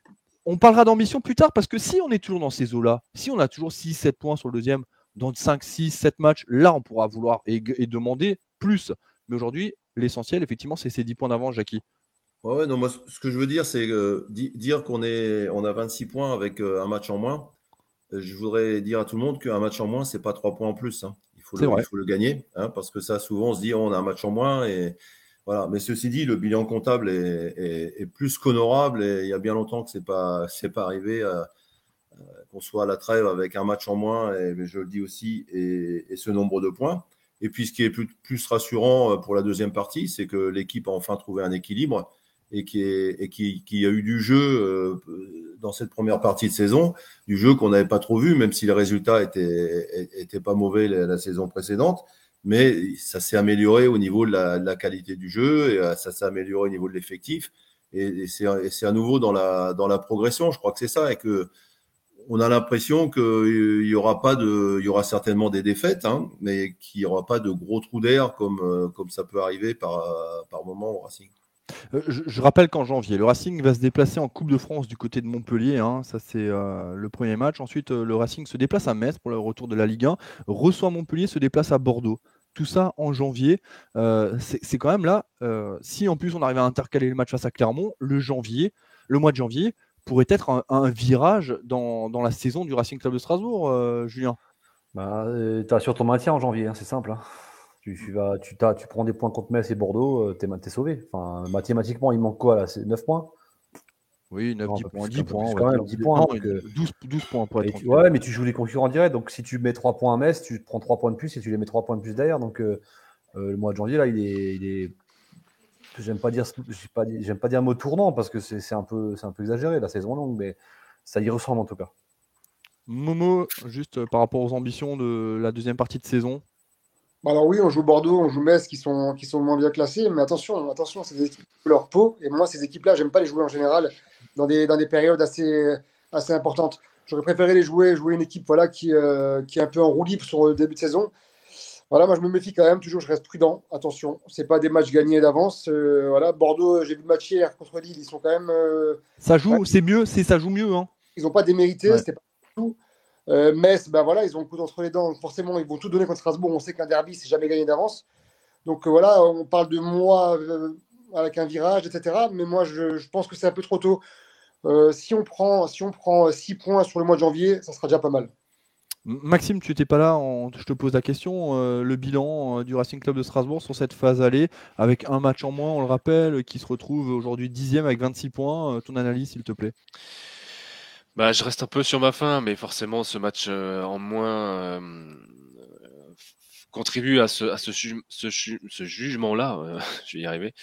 on parlera d'ambition plus tard parce que si on est toujours dans ces eaux-là, si on a toujours six sept points sur le deuxième, dans cinq six sept matchs, là on pourra vouloir et, et demander plus. Mais aujourd'hui, l'essentiel, effectivement, c'est ces dix points d'avance, Jackie. Ouais, ouais, non, moi, ce que je veux dire, c'est euh, di- dire qu'on est, on a vingt-six points avec euh, un match en moins. Euh, Je voudrais dire à tout le monde qu'un match en moins, c'est pas trois points en plus, hein. Il faut C'est le, il vrai. faut le gagner, hein, parce que ça, souvent, on se dit, oh, on a un match en moins. Et, voilà. Mais ceci dit, le bilan comptable est, est- est plus qu'honorable. Et il y a bien longtemps que c'est pas, c'est pas arrivé à- qu'on soit à la trêve avec un match en moins, et je le dis aussi, et, et ce nombre de points. Et puis, ce qui est plus, plus rassurant pour la deuxième partie, c'est que l'équipe a enfin trouvé un équilibre et qui, est, et qui, qui a eu du jeu euh, dans cette première partie de saison, du jeu qu'on n'avait pas trop vu, même si les résultats étaient, étaient pas mauvais la, la saison précédente. Mais ça s'est amélioré au niveau de la, de la qualité du jeu, et ça s'est amélioré au niveau de l'effectif. Et, et c'est, et c'est à nouveau dans la, dans la progression, je crois que c'est ça, et que on a l'impression qu'il y aura pas de, il y aura certainement des défaites, hein, mais qu'il n'y aura pas de gros trous d'air comme, euh, comme ça peut arriver par, par moment au Racing. Euh, je, je rappelle qu'en janvier, le Racing va se déplacer en Coupe de France du côté de Montpellier, hein. Ça, c'est euh, le premier match. Ensuite, euh, le Racing se déplace à Metz pour le retour de la Ligue un, reçoit Montpellier, se déplace à Bordeaux. Tout ça en janvier. Euh, c'est c'est quand même là, euh, si en plus on arrive à intercaler le match face à Clermont, le janvier, le mois de janvier pourrait être un, un virage dans, dans la saison du Racing Club de Strasbourg, euh, Julien. Bah, euh, tu assures ton maintien en janvier, hein, c'est simple, hein. Tu, tu, vas, tu, t'as- tu prends des points contre Metz et Bordeaux, euh, t'es, t'es sauvé. Enfin, mathématiquement, il manque quoi là? C'est neuf points? Oui, neuf Non, un dix peu points, plus, dix un peu points, plus on va quand dire. même, dix points. Non, Donc, euh, douze, douze points pour être et tu, tranquille. ouais, mais tu joues les concurrents directs. Donc, si tu mets trois points à Metz, tu te prends trois points de plus et tu les mets trois points de plus derrière. Donc, euh, euh, le mois de janvier, là, il est. Il est j'aime pas dire, j'aime pas, j'aime pas dire un mot tournant parce que c'est, c'est, un peu, c'est un peu exagéré, la saison longue, mais ça y ressemble en tout cas. Momo, juste euh, par rapport aux ambitions de la deuxième partie de saison. Alors oui, on joue Bordeaux, on joue Metz qui sont, qui sont moins bien classés, mais attention, attention, c'est des équipes qui jouent leur peau. Et moi, ces équipes-là, j'aime pas les jouer en général dans des, dans des périodes assez, assez importantes. J'aurais préféré les jouer, jouer une équipe voilà, qui, euh, qui est un peu en roue libre sur le début de saison. Voilà, moi je me méfie quand même, toujours je reste prudent. Attention, c'est pas des matchs gagnés d'avance. Euh, voilà, Bordeaux, j'ai vu le match hier contre Lille, ils sont quand même. euh, Ça ouais, joue, c'est mieux, c'est ça joue mieux, hein. ils n'ont pas démérité, Ouais. c'était pas tout. Euh, Metz, ben voilà, ils ont le coup entre les dents. Donc forcément, ils vont tout donner contre Strasbourg. On sait qu'un derby, c'est jamais gagné d'avance. Donc euh, voilà, on parle de moi euh, avec un virage, et cetera. Mais moi, je, je pense que c'est un peu trop tôt. Euh, si on prend, si on prend six points sur le mois de janvier, ça sera déjà pas mal. Maxime, tu n'étais pas là, en- je te pose la question. Euh, le bilan euh, du Racing Club de Strasbourg sur cette phase allée, avec un match en moins, on le rappelle, qui se retrouve aujourd'hui dixième avec vingt-six points. Euh, ton analyse, s'il te plaît. Bah, je reste un peu sur ma faim, mais forcément, ce match euh, en moins euh, euh, contribue à ce, à ce, ju- ce, ju- ce jugement-là. euh, je vais y arriver.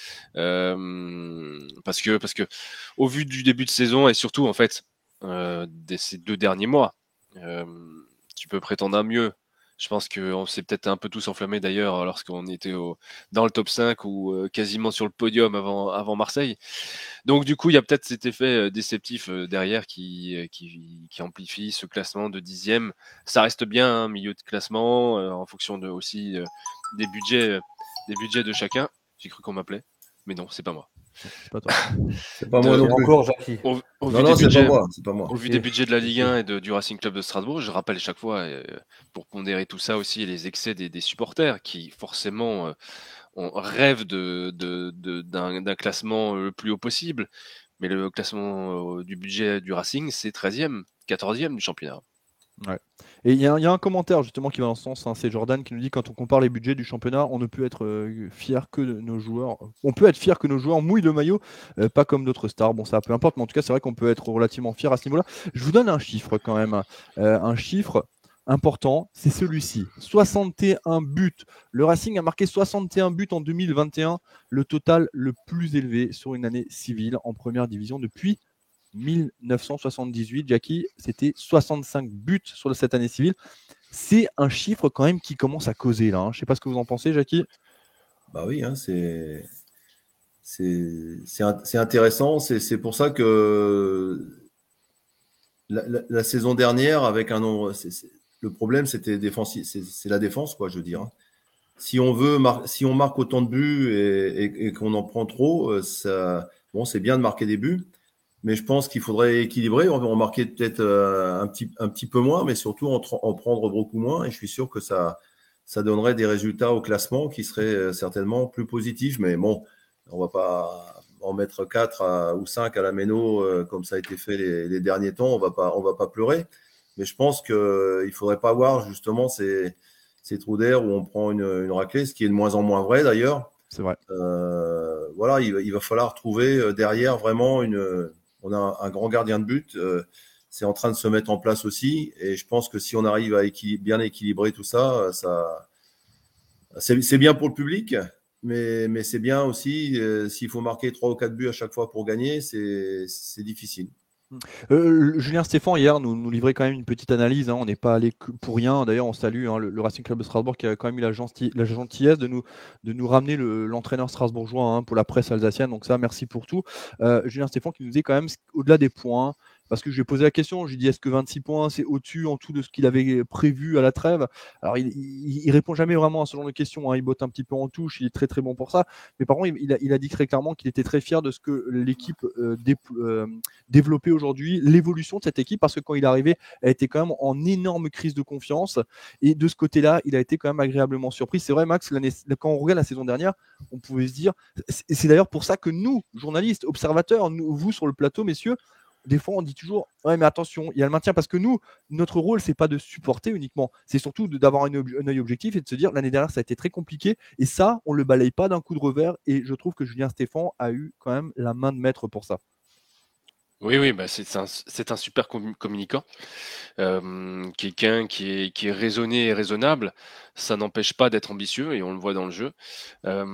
Euh, parce que, parce que, au vu du début de saison et surtout, en fait, euh, de ces deux derniers mois, euh, tu peux prétendre à mieux. Je pense qu'on s'est peut-être un peu tous enflammés d'ailleurs lorsqu'on était au, dans le top cinq ou euh, quasiment sur le podium avant, avant Marseille. Donc du coup, il y a peut-être cet effet déceptif derrière qui, qui, qui amplifie ce classement de dixième. Ça reste bien un hein, milieu de classement euh, en fonction de, aussi euh, des, budgets, des budgets de chacun. J'ai cru qu'on m'appelait, mais non, c'est pas moi. C'est pas toi. C'est pas moi De- non plus. Encore, Jackie. Au, au Non, vu non, des c'est budgets, pas moi. C'est pas moi. au vu Si. des budgets de la Ligue Si. un et de, du Racing Club de Strasbourg, je rappelle chaque fois, euh, pour pondérer tout ça aussi, les excès des, des supporters qui forcément euh, on rêve de, de, de- d'un, d'un classement le plus haut possible. Mais le classement euh, du budget du Racing, c'est treizième, quatorzième du championnat. Et il y, a un- il y a un commentaire justement qui va dans ce sens, hein, c'est Jordan qui nous dit quand on compare les budgets du championnat, on ne peut être euh, fier que de nos joueurs. On peut être fier que nos joueurs mouillent le maillot, euh, pas comme d'autres stars. Bon, ça peu importe, mais en tout cas, c'est vrai qu'on peut être relativement fier à ce niveau-là. Je vous donne un chiffre quand même, euh, un chiffre important, c'est celui-ci. soixante et un buts. Le Racing a marqué soixante et un buts en deux mille vingt et un, le total le plus élevé sur une année civile en première division depuis mille neuf cent soixante-dix-huit, Jackie, c'était soixante-cinq buts sur cette année civile. C'est un chiffre quand même qui commence à causer là. Hein. Je ne sais pas ce que vous en pensez, Jackie. Bah oui, hein, c'est c'est c'est int- c'est intéressant. C'est c'est pour ça que la, la- la saison dernière, avec un nombre, c'est- c'est- le problème c'était défensif, c'est c'est la défense, quoi, je veux dire. Hein. Si on veut, mar- si on marque autant de buts et, et- et qu'on en prend trop, euh, ça, bon, c'est bien de marquer des buts, mais je pense qu'il faudrait équilibrer. On va en marquer peut-être euh, un petit, un petit peu moins, mais surtout en, tra- en prendre beaucoup moins. Et je suis sûr que ça, ça donnerait des résultats au classement qui seraient euh, certainement plus positifs. Mais bon, on va pas en mettre quatre à- ou cinq à la méno euh, comme ça a été fait les, les derniers temps. On va pas, on va pas pleurer. Mais je pense qu'il ne faudrait pas avoir justement ces, ces trous d'air où on prend une, une raclée, ce qui est de moins en moins vrai d'ailleurs. C'est vrai. Euh, voilà, il, va- il va falloir trouver euh, derrière vraiment une. On a un, un grand gardien de but. euh, c'est en train de se mettre en place aussi. Et je pense que si on arrive à équil- bien équilibrer tout ça, euh, ça c'est, c'est bien pour le public, mais, mais c'est bien aussi. euh, s'il faut marquer trois ou quatre buts à chaque fois pour gagner, c'est, c'est difficile. Euh, Julien Stéphan hier nous, nous livrait quand même une petite analyse, hein. On n'est pas allé que pour rien. D'ailleurs, on salue hein, le, le Racing Club de Strasbourg qui a quand même eu la, gentil, la gentillesse de nous, de nous ramener le, l'entraîneur strasbourgeois hein, pour la presse alsacienne. Donc ça, merci pour tout. Euh, Julien Stéphan qui nous dit quand même au-delà des points. Parce que je lui ai posé la question, je lui ai dit est-ce que vingt-six points c'est au-dessus, en dessous de ce qu'il avait prévu à la trêve. Alors il, il, il répond jamais vraiment à ce genre de questions, hein. Il botte un petit peu en touche, il est très très bon pour ça. Mais par contre, il, il, a, il a dit très clairement qu'il était très fier de ce que l'équipe euh, dé, euh, développait aujourd'hui, l'évolution de cette équipe, parce que quand il est arrivé, elle était quand même en énorme crise de confiance. Et de ce côté-là, il a été quand même agréablement surpris. C'est vrai, Max, l'année, quand on regarde la saison dernière, on pouvait se dire, et c'est d'ailleurs pour ça que nous, journalistes, observateurs, nous, vous sur le plateau, messieurs, des fois, on dit toujours ouais, mais attention, il y a le maintien parce que nous, notre rôle, c'est pas de supporter uniquement, c'est surtout de, d'avoir un, ob- un œil objectif et de se dire l'année dernière, ça a été très compliqué et ça, on le balaye pas d'un coup de revers. Et je trouve que Julien Stéphan a eu quand même la main de maître pour ça. Oui, oui, bah c'est un, c'est un super com- communicant. Euh, quelqu'un qui est, qui est raisonné et raisonnable, ça n'empêche pas d'être ambitieux et on le voit dans le jeu. Euh,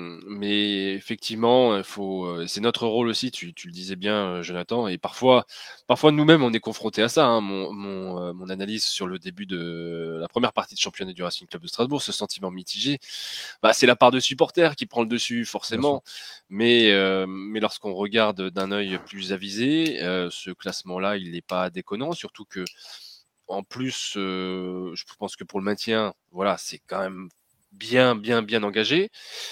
mais effectivement, il faut, euh, c'est notre rôle aussi, tu, tu le disais bien, euh, Jonathan, et parfois, parfois nous-mêmes, on est confronté à ça. Hein. Mon, mon, euh, mon analyse sur le début de la première partie de championnat du Racing Club de Strasbourg, ce sentiment mitigé, bah, c'est la part de supporter qui prend le dessus, forcément. Mais, euh, mais lorsqu'on regarde d'un œil plus avisé, euh, ce classement-là, il n'est pas déconnant, surtout que en plus, euh, je pense que pour le maintien, voilà, c'est quand même bien, bien, bien engagé.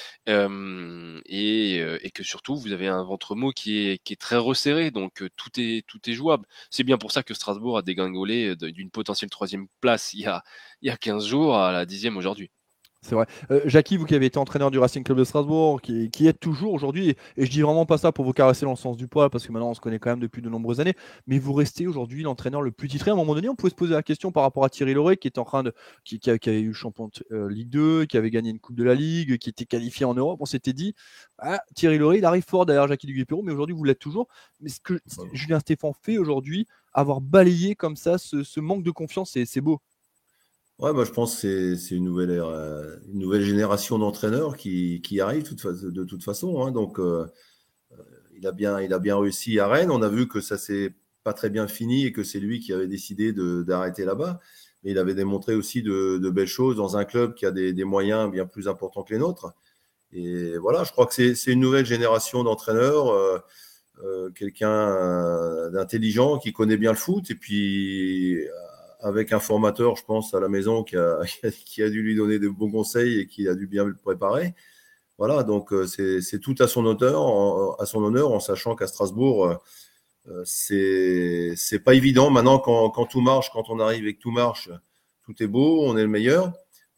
Euh, et, euh, et que surtout, vous avez un ventre mot qui est, qui est très resserré. Donc, euh, tout est, tout est jouable. C'est bien pour ça que Strasbourg a dégringolé de- d'une potentielle troisième place il y a, il y a quinze jours à la dixième aujourd'hui. C'est vrai. Euh, Jackie, vous qui avez été entraîneur du Racing Club de Strasbourg, qui, qui êtes toujours aujourd'hui, et, et je dis vraiment pas ça pour vous caresser dans le sens du poil, parce que maintenant on se connaît quand même depuis de nombreuses années, mais vous restez aujourd'hui l'entraîneur le plus titré. À un moment donné, on pouvait se poser la question par rapport à Thierry Laurey, qui est en train de, qui, qui, a- qui avait eu champion de euh, Ligue deux, qui avait gagné une Coupe de la Ligue, qui était qualifié en Europe. On s'était dit, ah, Thierry Laurey, il arrive fort derrière Jackie Duguay-Pérou, mais aujourd'hui vous l'êtes toujours. Mais ce que Julien Stéphan fait aujourd'hui, avoir balayé comme ça ce, ce manque de confiance, c'est, c'est beau. Ouais, moi je pense que c'est, c'est une, nouvelle, euh, une nouvelle génération d'entraîneurs qui, qui arrive toute fa- de toute façon. Hein. Donc, euh, il, a bien, il a bien réussi à Rennes. On a vu que ça ne s'est pas très bien fini et que c'est lui qui avait décidé de, d'arrêter là-bas. Mais il avait démontré aussi de, de belles choses dans un club qui a des, des moyens bien plus importants que les nôtres. Et voilà, je crois que c'est, c'est une nouvelle génération d'entraîneurs, euh, euh, quelqu'un euh, d'intelligent qui connaît bien le foot et puis euh, avec un formateur, je pense, à la maison qui a, qui a dû lui donner de bons conseils et qui a dû bien le préparer. Voilà, donc euh, c'est, c'est tout à son honneur, en, à son honneur, en sachant qu'à Strasbourg, euh, c'est, c'est pas évident. Maintenant, quand, quand tout marche, quand on arrive et que tout marche, tout est beau, on est le meilleur.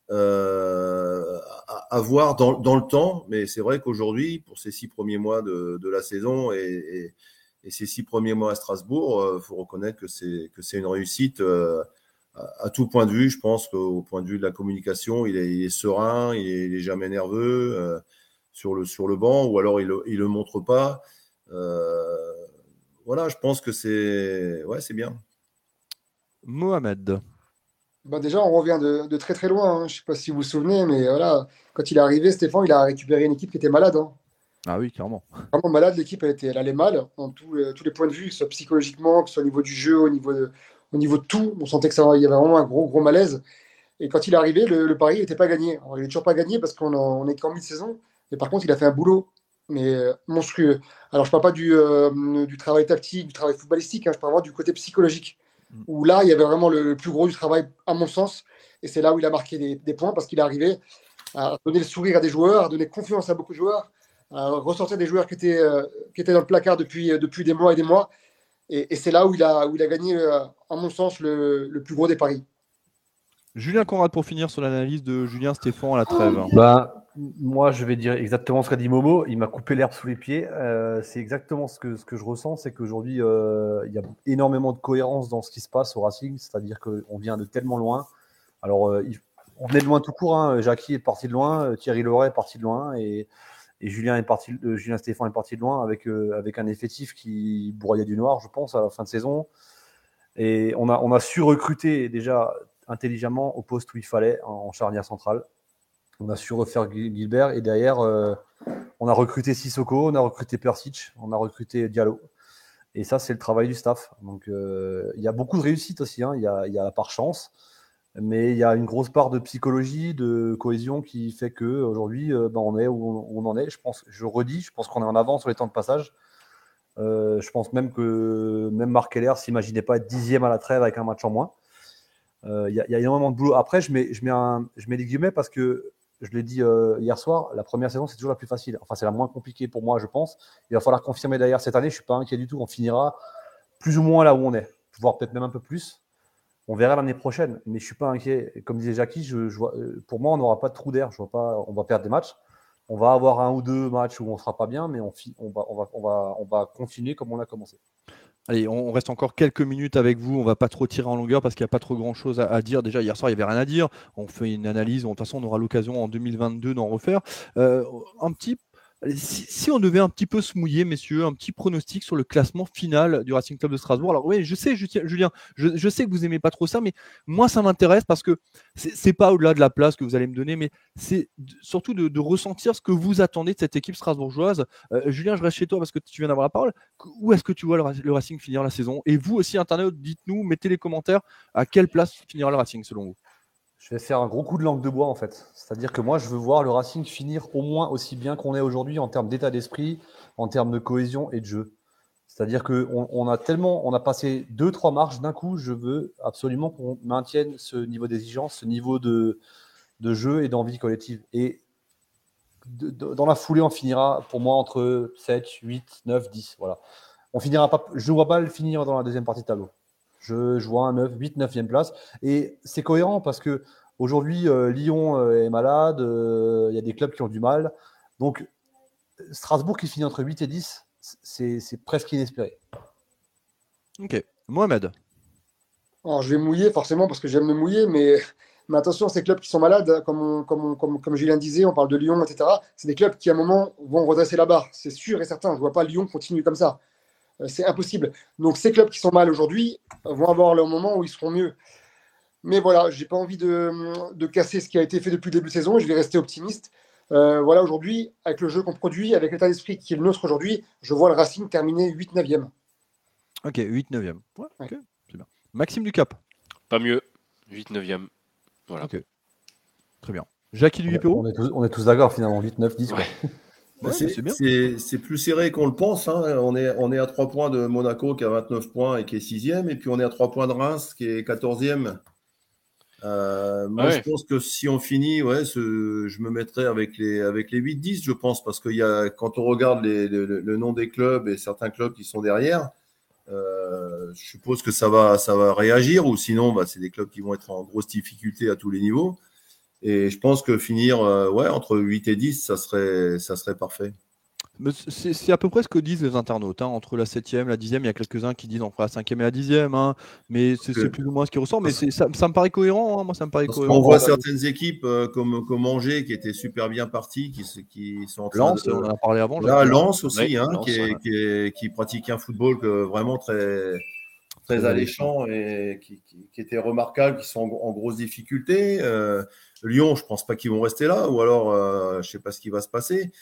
Euh, à, à voir dans, dans le temps, mais c'est vrai qu'aujourd'hui, pour ces six premiers mois de, de la saison et, et, et ces six premiers mois à Strasbourg, il euh, faut reconnaître que c'est, que c'est une réussite euh, à, à tout point de vue. Je pense qu'au point de vue de la communication, il est, il est serein, il est, il est jamais nerveux euh, sur, le, sur le banc, ou alors il ne le, le montre pas. Euh, voilà, je pense que c'est, ouais, c'est bien. Mohamed. Bah déjà, on revient de, de très très loin. Hein. Je ne sais pas si vous vous souvenez, mais voilà, quand il est arrivé, Stéphane, il a récupéré une équipe qui était malade. Hein. Ah oui, clairement. Vraiment malade, l'équipe elle, était, elle allait mal, en tout, euh, tous les points de vue, que ce soit psychologiquement, que ce soit au niveau du jeu, au niveau de, au niveau de tout. On sentait qu'il y avait vraiment un gros gros malaise. Et quand il est arrivé, le, le pari n'était pas gagné. Alors, il n'est toujours pas gagné parce qu'on en, on est qu'en mi-saison. Mais par contre, il a fait un boulot mais euh, monstrueux. Alors, je ne parle pas du, euh, du travail tactique, du travail footballistique, hein, je parle vraiment du côté psychologique. Où là, il y avait vraiment le, le plus gros du travail, à mon sens. Et c'est là où il a marqué des, des points parce qu'il est arrivé à donner le sourire à des joueurs, à donner confiance à beaucoup de joueurs, à ressortir des joueurs qui étaient, euh, qui étaient dans le placard depuis, depuis des mois et des mois. Et, et c'est là où il a, où il a gagné, euh, à mon sens, le, le plus gros des paris. Julien Conrad pour finir sur l'analyse de Julien Stéphan à la trêve. Bah, moi, je vais dire exactement ce qu'a dit Momo. Il m'a coupé l'herbe sous les pieds. Euh, c'est exactement ce que, ce que je ressens. C'est qu'aujourd'hui, euh, il y a énormément de cohérence dans ce qui se passe au Racing. C'est-à-dire qu'on vient de tellement loin. Alors, euh, il, on venait de loin tout court. Hein. Jackie est parti de loin. Thierry Loret est parti de loin. Et, et Julien, est parti, euh, Julien Stéphan est parti de loin avec, euh, avec un effectif qui broyait du noir, je pense, à la fin de saison. Et on a, on a su recruter déjà intelligemment au poste où il fallait, en charnière centrale. On a su refaire Gilbert et derrière, euh, on a recruté Sissoko, on a recruté Persic, on a recruté Diallo. Et ça, c'est le travail du staff. Donc, euh, il y a beaucoup de réussite aussi. Hein. Il y a, il y a la part chance, mais il y a une grosse part de psychologie, de cohésion qui fait qu'aujourd'hui, euh, ben, on est où on, où on en est. Je pense, je redis, je pense qu'on est en avance sur les temps de passage. Euh, je pense même que même Marc Keller ne s'imaginait pas être dixième à la trêve avec un match en moins. Il euh, y, y a énormément de boulot. Après, je mets, je mets, un, je mets des guillemets parce que, je l'ai dit euh, hier soir, la première saison, c'est toujours la plus facile. Enfin, c'est la moins compliquée pour moi, je pense. Il va falloir confirmer d'ailleurs cette année. Je ne suis pas inquiet du tout. On finira plus ou moins là où on est, voire peut-être même un peu plus. On verra l'année prochaine, mais je ne suis pas inquiet. Comme disait Jackie, je, je vois, pour moi, on n'aura pas de trou d'air. Je vois pas, on va perdre des matchs. On va avoir un ou deux matchs où on ne sera pas bien, mais on, on, va, on, va, on, va, on va continuer comme on a commencé. Allez, on reste encore quelques minutes avec vous. On ne va pas trop tirer en longueur parce qu'il n'y a pas trop grand-chose à, à dire. Déjà, hier soir, il n'y avait rien à dire. On fait une analyse. De toute façon, on aura l'occasion en deux mille vingt-deux d'en refaire. Euh, un petit... Si, si on devait un petit peu se mouiller, messieurs, un petit pronostic sur le classement final du Racing Club de Strasbourg. Alors oui, je sais, Julien, je, je sais que vous n'aimez pas trop ça, mais moi, ça m'intéresse parce que c'est, c'est pas au-delà de la place que vous allez me donner, mais c'est surtout de, de ressentir ce que vous attendez de cette équipe strasbourgeoise. Euh, Julien, je reste chez toi parce que tu viens d'avoir la parole. Où est-ce que tu vois le, le Racing finir la saison? Et vous aussi, internautes, dites-nous, mettez les commentaires, à quelle place finira le Racing selon vous? Je vais faire un gros coup de langue de bois en fait. C'est-à-dire que moi, je veux voir le Racing finir au moins aussi bien qu'on est aujourd'hui en termes d'état d'esprit, en termes de cohésion et de jeu. C'est-à-dire qu'on on a tellement, on a passé deux, trois marches d'un coup. Je veux absolument qu'on maintienne ce niveau d'exigence, ce niveau de, de jeu et d'envie collective. Et de, de, dans la foulée, on finira pour moi entre sept, huit, neuf, dix. Voilà. On finira pas, je ne vois pas le finir dans la deuxième partie de tableau. Je, je vois un neuf, huit, neuvième place. Et c'est cohérent parce qu'aujourd'hui, euh, Lyon euh, est malade, il euh, y a des clubs qui ont du mal. Donc, Strasbourg qui finit entre huit et dix, c'est, c'est presque inespéré. Ok. Mohamed. Alors, je vais mouiller forcément parce que j'aime me mouiller, mais, mais attention, ces clubs qui sont malades, comme, on, comme, on, comme, comme Julien disait, on parle de Lyon, et cetera. C'est des clubs qui, à un moment, vont redresser la barre. C'est sûr et certain. Je ne vois pas Lyon continuer comme ça. C'est impossible. Donc, ces clubs qui sont mal aujourd'hui vont avoir leur moment où ils seront mieux. Mais voilà, je n'ai pas envie de, de casser ce qui a été fait depuis le début de saison. Je vais rester optimiste. Euh, voilà, aujourd'hui, avec le jeu qu'on produit, avec l'état d'esprit qui est le nôtre aujourd'hui, je vois le Racing terminer huit neuvième. Ok, huit neuvième. Ouais, ok, ouais. C'est bien. Maxime Ducap. Pas mieux, huit neuvième. Voilà. Ok, très bien. Jackie Dupéro. On est tous, on est tous d'accord finalement, huit, neuf, dix. Ouais. Ouais, c'est, c'est bien. c'est, c'est plus serré qu'on le pense. Hein. On, est, on est à trois points de Monaco qui a vingt-neuf points et qui est sixième. Et puis on est à trois points de Reims qui est quatorzième. Euh, moi, Ouais. je pense que si on finit, ouais, ce, je me mettrai avec les, avec les huit dix, je pense. Parce que y a, quand on regarde les, le, le nom des clubs et certains clubs qui sont derrière, euh, je suppose que ça va, ça va réagir. Ou sinon, bah, c'est des clubs qui vont être en grosse difficulté à tous les niveaux. Et je pense que finir euh, ouais, entre huit et dix, ça serait, ça serait parfait. Mais c'est, c'est à peu près ce que disent les internautes. Hein. Entre la septième, la dixième, il y a quelques-uns qui disent entre la cinquième et la dixième. Hein. Mais c'est, c'est plus ou moins ce qui ressort. Mais c'est, ça, ça me paraît cohérent. Hein. Moi, ça me paraît Parce cohérent. qu'on voit certaines équipes euh, comme, comme Angers qui étaient super bien parties, qui, qui sont en train Lens, de. on en a parlé avant. Là, Lens aussi, Ouais, hein, Lens, qui, est, ouais. qui, est, qui pratique un football que, vraiment très, très, Très alléchant et qui, qui, qui était remarquable, qui sont en, en grosse difficulté. Euh, Lyon, je ne pense pas qu'ils vont rester là, ou alors euh, je ne sais pas ce qui va se passer.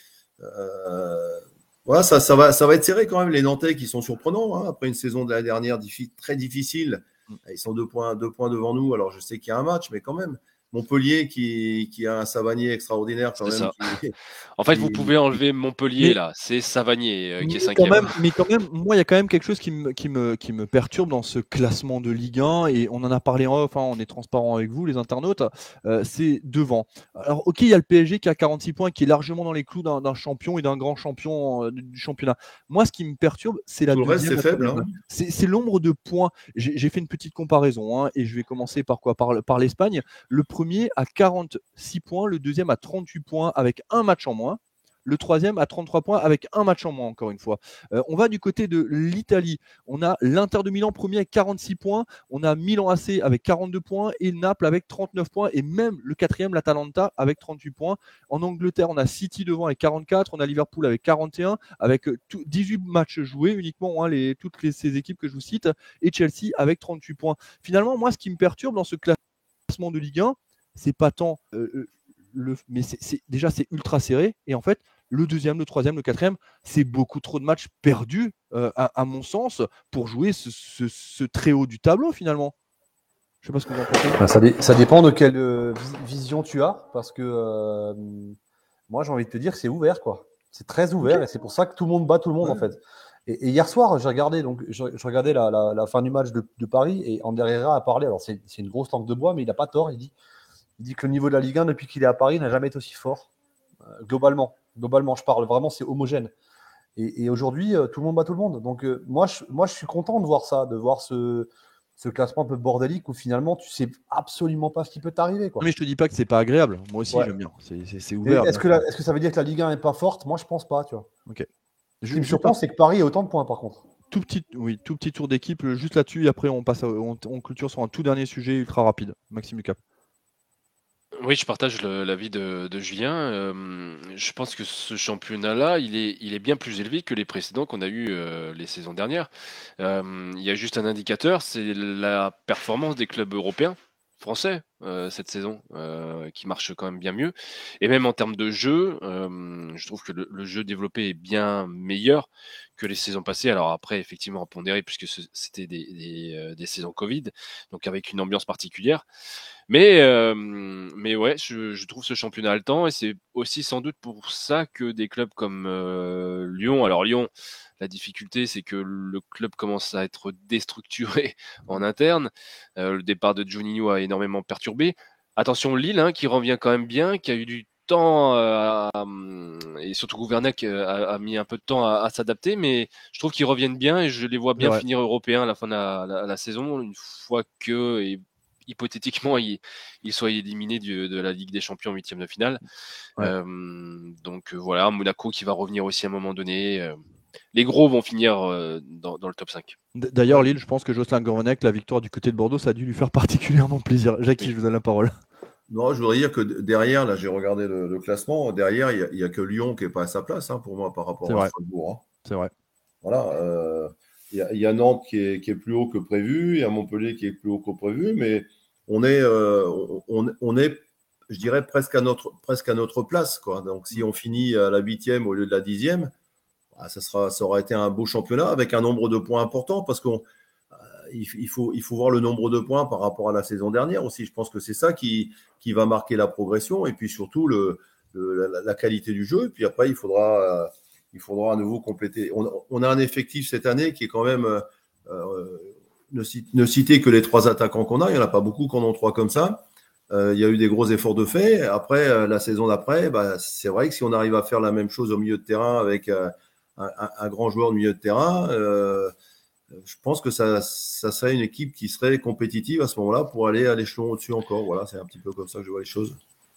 Euh, voilà, ça, ça, va, ça va être serré quand même. Les Nantais qui sont surprenants, hein, après une saison de la dernière diffi- très difficile. Ils sont deux points, deux points devant nous. Alors, je sais qu'il y a un match, mais quand même. Montpellier qui, qui a un Savanier extraordinaire quand C'est même. ça. Qui, En fait, qui, vous pouvez enlever Montpellier, Mais- là. C'est Savanier euh, qui est Mais cinquième. quand même, mais quand même, moi, il y a quand même quelque chose qui me, qui me, qui me perturbe dans ce classement de Ligue un, et on en a parlé en off, hein, on est transparent avec vous, les internautes, euh, c'est devant. Alors, ok, il y a le P S G qui a quarante-six points, qui est largement dans les clous d'un, d'un champion et d'un grand champion euh, du championnat. Moi, ce qui me perturbe, c'est la Tout le reste, deuxième. c'est la faible. troisième. Hein. C'est, c'est l'ombre de points. J'ai, j'ai fait une petite comparaison, hein, et je vais commencer par quoi par, par l'Espagne. Le premier a quarante-six points, le deuxième a trente-huit points avec un match en moins. Le troisième à trente-trois points avec un match en moins, encore une fois. Euh, on va du côté de l'Italie. On a l'Inter de Milan premier avec quarante-six points. On a Milan A C avec quarante-deux points et Naples avec trente-neuf points. Et même le quatrième, l'Atalanta, avec trente-huit points. En Angleterre, on a City devant avec quarante-quatre. On a Liverpool avec quarante et un, avec tout, dix-huit matchs joués uniquement, hein, les, toutes les, ces équipes que je vous cite. Et Chelsea avec trente-huit points. Finalement, moi, ce qui me perturbe dans ce classement de Ligue un, c'est pas tant... Euh, le, mais c'est, c'est, déjà, c'est ultra serré. Et en fait, le deuxième, le troisième, le quatrième, c'est beaucoup trop de matchs perdus, euh, à, à mon sens, pour jouer ce, ce, ce très haut du tableau, finalement. Je sais pas ce que vous en pensez. Ça, dé- ça dépend de quelle euh, vis- vision tu as, parce que euh, moi, j'ai envie de te dire que c'est ouvert, quoi. C'est très ouvert, Ok. et c'est pour ça que tout le monde bat tout le monde, Ouais. en fait. Et, et hier soir, j'ai regardé, donc, je, je regardais la, la, la fin du match de, de Paris, et Ander Herrera a parlé. Alors, c'est, c'est une grosse langue de bois, mais il n'a pas tort. Il dit, il dit que le niveau de la Ligue un, depuis qu'il est à Paris, n'a jamais été aussi fort, euh, globalement. Globalement, je parle vraiment, c'est homogène. Et, et aujourd'hui, euh, tout le monde bat tout le monde. Donc, euh, moi, je, moi, je suis content de voir ça, de voir ce, ce classement un peu bordélique où finalement, tu sais absolument pas ce qui peut t'arriver, quoi. Mais je te dis pas que c'est pas agréable. Moi aussi, Ouais. j'aime bien. C'est, c'est, c'est Et ouvert. Est-ce bien que, sûr. la- est-ce que ça veut dire que la Ligue un n'est pas forte? Moi, je pense pas, tu vois. Ok. Ce Je- qui me juste surprend, un c'est que Paris ait autant de points, par contre. tout petit, oui, tout petit tour d'équipe, euh, juste là-dessus, et après on passe, à- on, on clôture sur un tout dernier sujet ultra rapide. Maxime Lucas. Oui, je partage le- l'avis de, de Julien. Euh, je pense que ce championnat-là, il est, il est bien plus élevé que les précédents qu'on a eu euh, les saisons dernières. Euh, il y a juste un indicateur, c'est la performance des clubs européens français euh, cette saison, euh, qui marche quand même bien mieux. Et même en termes de jeu, euh, je trouve que le, le jeu développé est bien meilleur que les saisons passées. Alors après, effectivement, à pondérer, puisque ce- c'était des, des, euh, des saisons Covid, donc avec une ambiance particulière. Mais, euh, mais ouais, je, je trouve ce championnat haletant, et c'est aussi sans doute pour ça que des clubs comme euh, Lyon, alors Lyon, la difficulté c'est que le club commence à être déstructuré en interne. Euh, le départ de Juninho a énormément perturbé. Attention Lille, hein, qui revient quand même bien, qui a eu du temps euh, à, et surtout Gouvernac euh, a, a mis un peu de temps à, à s'adapter, mais je trouve qu'ils reviennent bien et je les vois bien Ouais. finir européens à la fin de la, la, la saison, une fois que et hypothétiquement ils, ils soient éliminés du, de la Ligue des Champions en huitième de finale. Ouais. Euh, donc euh, voilà, Monaco qui va revenir aussi à un moment donné. Euh, les gros vont finir euh, dans, dans le top cinq. D- D'ailleurs, Lille, je pense que Jocelyn Gourvenec, la victoire du côté de Bordeaux, ça a dû lui faire particulièrement plaisir. Jackie, Oui. je vous donne la parole. Non, je voudrais dire que derrière, là, j'ai regardé le, le classement. Derrière, il n'y a, a que Lyon qui n'est pas à sa place, hein, pour moi, par rapport C'est à vrai. Strasbourg. Hein. C'est vrai. Voilà. euh, Il y, a- il y a Nantes qui est, qui est plus haut que prévu, il y a Montpellier qui est plus haut que prévu, mais on est, euh, on, on est, je dirais, presque à notre, presque à notre place, quoi. Donc, si on finit à la huitième au lieu de la dixième, ah, ça, sera, ça aura été un beau championnat avec un nombre de points important parce qu'il il faut, il faut voir le nombre de points par rapport à la saison dernière aussi. Je pense que c'est ça qui, qui va marquer la progression et puis surtout le, le, la, la qualité du jeu. Et puis après, il faudra, euh, il faudra à nouveau compléter. On, on a un effectif cette année qui est quand même... Euh, ne, ne citer que les trois attaquants qu'on a, il n'y en a pas beaucoup qui en ont trois comme ça. Euh, il y a eu des gros efforts de fait. Après, euh, la saison d'après, bah, c'est vrai que si on arrive à faire la même chose au milieu de terrain avec euh, un, un grand joueur de milieu de terrain, euh, je pense que ça, ça serait une équipe qui serait compétitive à ce moment-là pour aller à l'échelon au-dessus encore. Voilà, c'est un petit peu comme ça que je vois les choses.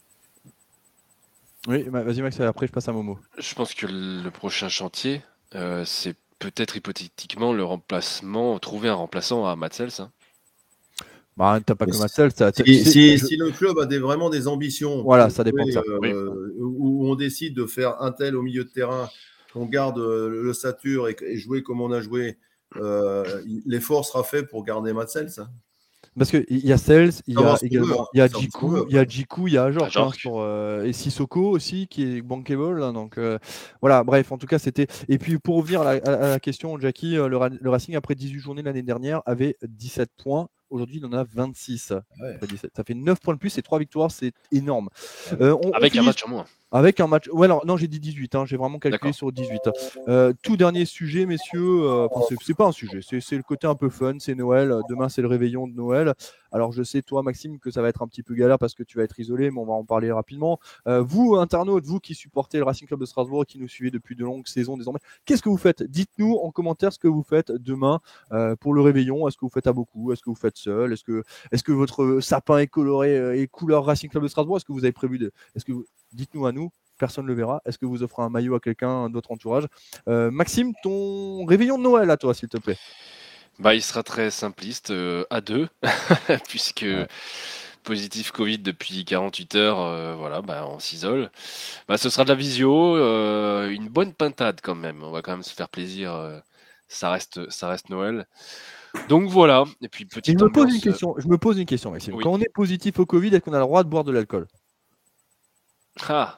Oui, vas-y Max, après je passe à Momo. Je pense que le prochain chantier, euh, c'est peut-être hypothétiquement le remplacement, trouver un remplaçant à Matsels. Hein. Bah, t'as pas Mais que Matsels. Si, si, je... si le club a des, vraiment des ambitions, voilà, ça dépend de ça. Euh, oui. Où on décide de faire un tel au milieu de terrain, qu'on garde le stature et, et jouer comme on a joué, euh, l'effort sera fait pour garder Matsels. Hein. Parce qu'il y a Sels, il y a également il y a Djikou, il y a Djikou, il y a Georges hein, euh, et Sissoko aussi qui est bankable. Hein, donc euh, voilà, bref, en tout cas c'était. Et puis pour revenir à la, à la question, Jackie, le, le Racing après dix-huit journées l'année dernière avait dix-sept points. Aujourd'hui, il en a vingt-six. Ouais. Ça fait neuf points de plus et trois victoires, c'est énorme. Euh, on, Avec on finit... un match en moins. Avec un match. Ouais, alors, non, j'ai dit dix-huit. Hein, j'ai vraiment calculé D'accord. sur dix-huit. Euh, tout dernier sujet, messieurs. Euh, enfin, c'est, c'est pas un sujet. C'est, c'est le côté un peu fun. C'est Noël. Demain, c'est le réveillon de Noël. Alors, je sais, toi, Maxime, que ça va être un petit peu galère parce que tu vas être isolé, mais on va en parler rapidement. Euh, vous, internautes, vous qui supportez le Racing Club de Strasbourg et qui nous suivez depuis de longues saisons désormais, qu'est-ce que vous faites ? Dites-nous en commentaire ce que vous faites demain euh, pour le réveillon. Est-ce que vous faites à beaucoup ? Est-ce que vous faites seul ? Est-ce que, est-ce que votre sapin est coloré euh, et couleur Racing Club de Strasbourg ? Est-ce que vous avez prévu de. Est-ce que vous... Dites-nous à nous. Personne ne le verra. Est-ce que vous offrez un maillot à quelqu'un d'autre entourage ? euh, Maxime, ton réveillon de Noël à toi, s'il te plaît. Bah, il sera très simpliste, euh, à deux, puisque ouais. positif Covid depuis quarante-huit heures, euh, voilà, bah, on s'isole. Bah, ce sera de la visio, euh, une bonne pintade quand même. On va quand même se faire plaisir. Euh, ça reste, ça reste Noël. Donc voilà. Et puis petite je me ambiance. Pose une question, je me pose une question, Maxime. Oui. Quand on est positif au Covid, est-ce qu'on a le droit de boire de l'alcool ? Ah.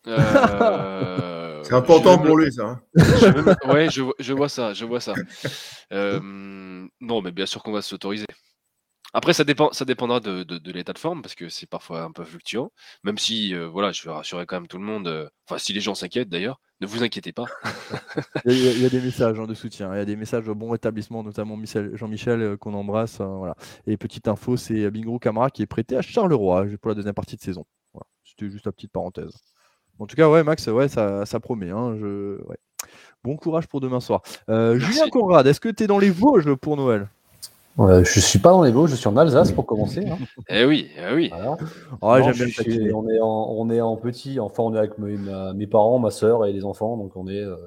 Euh, c'est important pour lui, ça. Hein. Je me... Ouais, je, je vois ça, je vois ça. Euh, non, mais bien sûr qu'on va s'autoriser. Après, ça, dépend, ça dépendra de, de, de l'état de forme, parce que c'est parfois un peu fluctuant. Même si, euh, voilà, je vais rassurer quand même tout le monde. Euh, enfin, si les gens s'inquiètent d'ailleurs, ne vous inquiétez pas. il, y a, il y a des messages hein, de soutien, il y a des messages de bon rétablissement, notamment Michel, Jean-Michel euh, qu'on embrasse. Euh, voilà. Et petite info, c'est Bingrou Camara qui est prêté à Charleroi pour la deuxième partie de saison. Voilà. C'était juste la petite parenthèse. En tout cas, ouais, Max, ouais, ça, ça promet. Hein, je... ouais. Bon courage pour demain soir. Euh, Julien Conrad, est-ce que tu es dans les Vosges pour Noël ? euh, Je ne suis pas dans les Vosges, je suis en Alsace pour commencer. Hein. Eh oui, eh oui. Voilà. Oh, non, j'aime bien on, est en, on est en petit, enfin on est avec mes, ma, mes parents, ma soeur et les enfants, donc on est euh,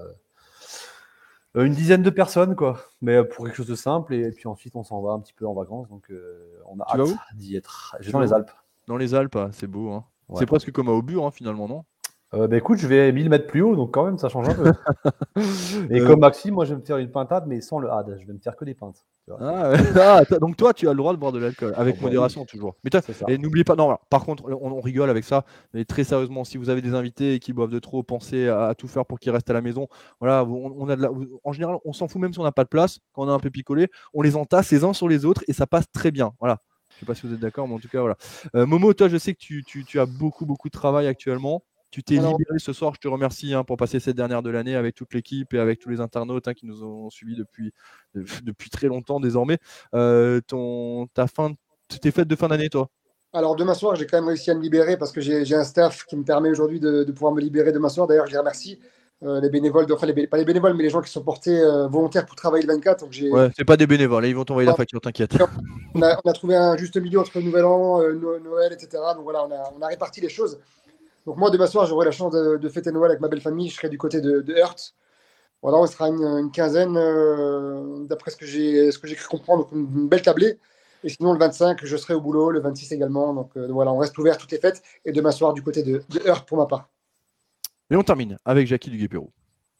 une dizaine de personnes, quoi. Mais pour quelque chose de simple, et, et puis ensuite on s'en va un petit peu en vacances, donc euh, on a tu hâte d'y être. Je vais dans les Alpes. Dans les Alpes, c'est beau. Hein. Ouais. C'est presque comme à Aubure, hein, finalement, non ? Euh, bah écoute, je vais mille mètres plus haut, donc quand même, ça change un peu. Et euh... comme Maxime, moi, je vais me faire une pintade, mais sans le had. Je vais me faire que des pintes. Tu vois. Ah, ah, donc toi, tu as le droit de boire de l'alcool, avec oh, modération, oui. toujours. Mais toi, et n'oubliez pas, non, voilà, par contre, on, on rigole avec ça, mais très sérieusement, si vous avez des invités qui boivent de trop, pensez à, à tout faire pour qu'ils restent à la maison. Voilà, on, on a de la, en général, on s'en fout même si on n'a pas de place, quand on a un peu picolé, on les entasse les uns sur les autres et ça passe très bien. Voilà. Je ne sais pas si vous êtes d'accord, mais en tout cas, voilà. Euh, Momo, toi, je sais que tu, tu, tu as beaucoup, beaucoup de travail actuellement. Tu t'es Alors, libéré ce soir, je te remercie hein, pour passer cette dernière de l'année avec toute l'équipe et avec tous les internautes hein, qui nous ont suivis depuis, depuis très longtemps désormais. Euh, ton, ta fin, tes fêtes de fin d'année, toi ? Alors demain soir, j'ai quand même réussi à me libérer parce que j'ai, j'ai un staff qui me permet aujourd'hui de, de pouvoir me libérer demain soir. D'ailleurs, je les remercie. Euh, les bénévoles, enfin les, pas les bénévoles, mais les gens qui sont portés euh, volontaires pour travailler le vingt-quatre. Donc j'ai... Ouais, c'est pas des bénévoles, ils vont t'envoyer ah, la facture, t'inquiète. On a, on a trouvé un juste milieu entre Nouvel An, euh, Noël, et cetera. Donc voilà, on a, on a réparti les choses. Donc moi, demain soir, j'aurai la chance de, de fêter Noël avec ma belle famille. Je serai du côté de, de Hertz. Voilà, on sera une, une quinzaine, euh, d'après ce que j'ai, ce que j'ai cru comprendre, donc une, une belle tablée. Et sinon, le vingt-cinq, je serai au boulot, le vingt-six également. Donc euh, voilà, on reste ouvert toutes les fêtes. Et demain soir, du côté de, de Hertz pour ma part. Et on termine avec Jackie Duguay-Pérou.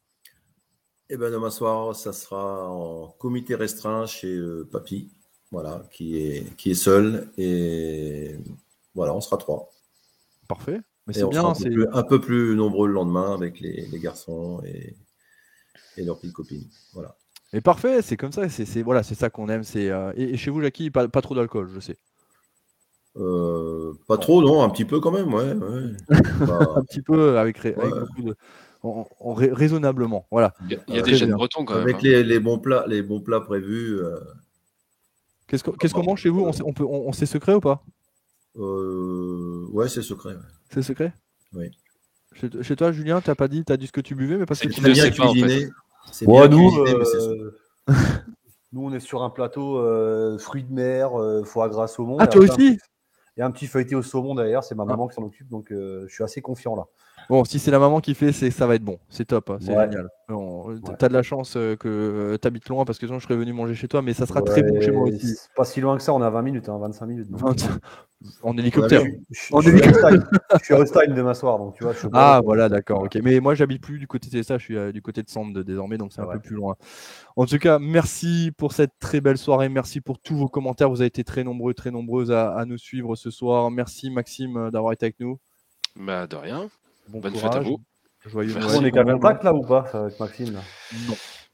Eh bien, demain soir, ça sera en comité restreint chez euh, Papy, voilà, qui est, qui est seul. Et voilà, on sera trois. Parfait. Mais et c'est on bien. sera un, c'est... Peu plus, un peu plus nombreux le lendemain avec les, les garçons et, et leurs petites copines. Voilà. Et parfait, c'est comme ça, c'est, c'est, voilà, c'est ça qu'on aime. C'est, euh, et, et chez vous, Jackie, pas, pas trop d'alcool, je sais. Euh, pas bon. trop, non, un petit peu quand même, ouais. ouais. Bah, un petit peu, avec, avec ouais. beaucoup de. En, en, raisonnablement, voilà. Il y a, il y a euh, des jeunes bretons quand avec même. Avec hein. les, les, bons plats, les bons plats prévus. Euh... Qu'est-ce, que, qu'est-ce qu'on mange chez vous? On, sait, on, peut, on, on sait secret ou pas? euh, Ouais, c'est secret. Ouais. C'est secret? Oui. Chez, chez toi, Julien, t'as pas dit, t'as dit ce que tu buvais, mais parce c'est que tu ne sais pas en fait. C'est bien ouais, nous, cuisiné, euh... mais c'est nous, on est sur un plateau euh, fruits de mer, euh, foie gras, saumon. Ah, toi aussi? Il y a un petit feuilleté au saumon derrière, c'est ma maman ah. qui s'en occupe, donc euh, je suis assez confiant là. Bon, si c'est la maman qui fait, c'est, ça va être bon. C'est top, hein, c'est ouais. génial. Bon, ouais. T'as de la chance euh, que euh, t'habites loin parce que sinon je serais venu manger chez toi, mais ça sera ouais, très bon chez moi aussi. C'est pas si loin que ça, on est à vingt minutes, hein, vingt-cinq minutes. vingt... En hélicoptère. Ouais, je, je, en je, hélicoptère. Je suis à Holstein de m'asseoir, donc tu vois. Je suis ah, voilà, d'accord, ok. Mais moi, j'habite plus du côté de ça, je suis euh, du côté de Sande désormais, donc c'est un ouais. peu plus loin. En tout cas, merci pour cette très belle soirée. Merci pour tous vos commentaires. Vous avez été très nombreux, très nombreuses à, à nous suivre ce soir. Merci, Maxime, d'avoir été avec nous. Bah, de rien. Bon Bonne courage. fête à vous. Joyeux Noël. On est qu'à contact là ou pas avec Maxime là Non.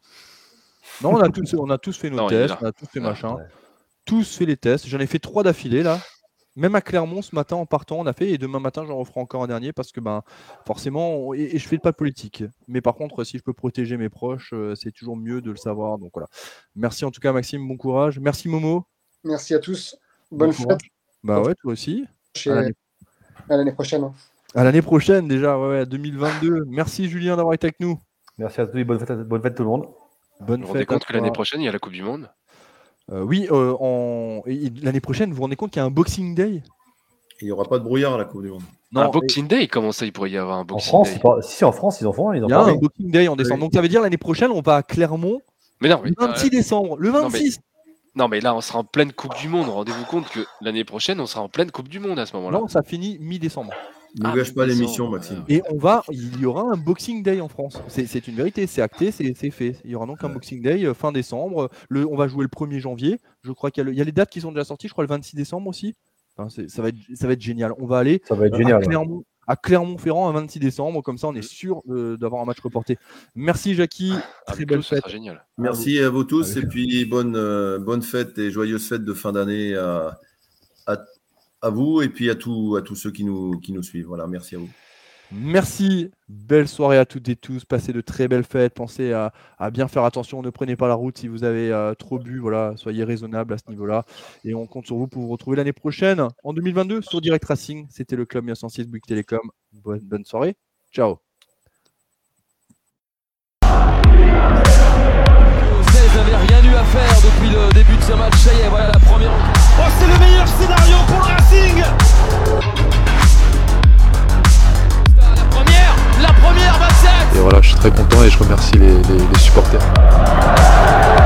Non, on a tous, on a tous fait nos non, tests, on a tous fait ah, machin. Ouais. Tous fait les tests. J'en ai fait trois d'affilée là. Même à Clermont ce matin en partant, on a fait et demain matin j'en referai encore un dernier parce que ben forcément et, et je fais pas de politique. Mais par contre, si je peux protéger mes proches, euh, c'est toujours mieux de le savoir. Donc voilà. Merci en tout cas Maxime, bon courage. Merci Momo. Merci à tous. Bonne bon fête. Bah ouais, toi aussi. Chez... À, l'année... à l'année prochaine. À l'année prochaine déjà, ouais, ouais, deux mille vingt-deux. Merci Julien d'avoir été avec nous. Merci à tous et bonne fête, bonne fête tout le monde. Bonne vous vous fête. rendez compte que l'année prochaine, il y a la Coupe du Monde euh, Oui, euh, en... et l'année prochaine, vous vous rendez compte qu'il y a un Boxing Day? Il n'y aura pas de brouillard à la Coupe du Monde. Non, un Boxing et... Day, comment ça il pourrait y avoir un Boxing en France, Day pas... Si, en France, ils en font un. Ils en il y a un Boxing Day en décembre. Oui. Donc ça veut dire l'année prochaine, on va à Clermont mais non, mais, le vingt-six euh... décembre. Le vingt-six. Non, mais là, on sera en pleine Coupe du Monde. Rendez-vous compte que l'année prochaine, on sera en pleine Coupe du Monde à ce moment-là. Non, ça finit mi-décembre. Ne ah, gâche pas l'émission, Maxime. Et on va, il y aura un Boxing Day en France. C'est, c'est une vérité, c'est acté, c'est, c'est fait. Il y aura donc un ouais. Boxing Day euh, fin décembre. Le, on va jouer le premier janvier. Je crois qu'il y a, le, il y a les dates qui sont déjà sorties. Je crois le vingt-six décembre aussi. Enfin, c'est, ça va être, ça va être génial. On va aller ça va être euh, génial, à, Clermont, ouais. à Clermont-Ferrand un vingt-six décembre. Comme ça, on est sûr de, d'avoir un match reporté. Merci Jackie. Très Avec belle tous, fête. Ça sera génial. Merci à vous tous Allez. Et puis bonne, euh, bonne fête et joyeuse fête de fin d'année à, à, à vous et puis à, tout, à tous ceux qui nous, qui nous suivent. Voilà, merci à vous. Merci, belle soirée à toutes et tous, passez de très belles fêtes, pensez à, à bien faire attention, ne prenez pas la route si vous avez euh, trop bu, voilà, soyez raisonnable à ce niveau-là et on compte sur vous pour vous retrouver l'année prochaine en deux mille vingt-deux sur Direct Racing. C'était le Club mille neuf cent six Bouygues Télécom. Bonne, bonne soirée, ciao. Vous n'avez rien eu à faire depuis le début de ce match, ça y est, voilà la première. Oh, c'est le meilleur scénario pour le Racing. La première, vingt-sept. Et voilà, je suis très content et je remercie les, les, les supporters.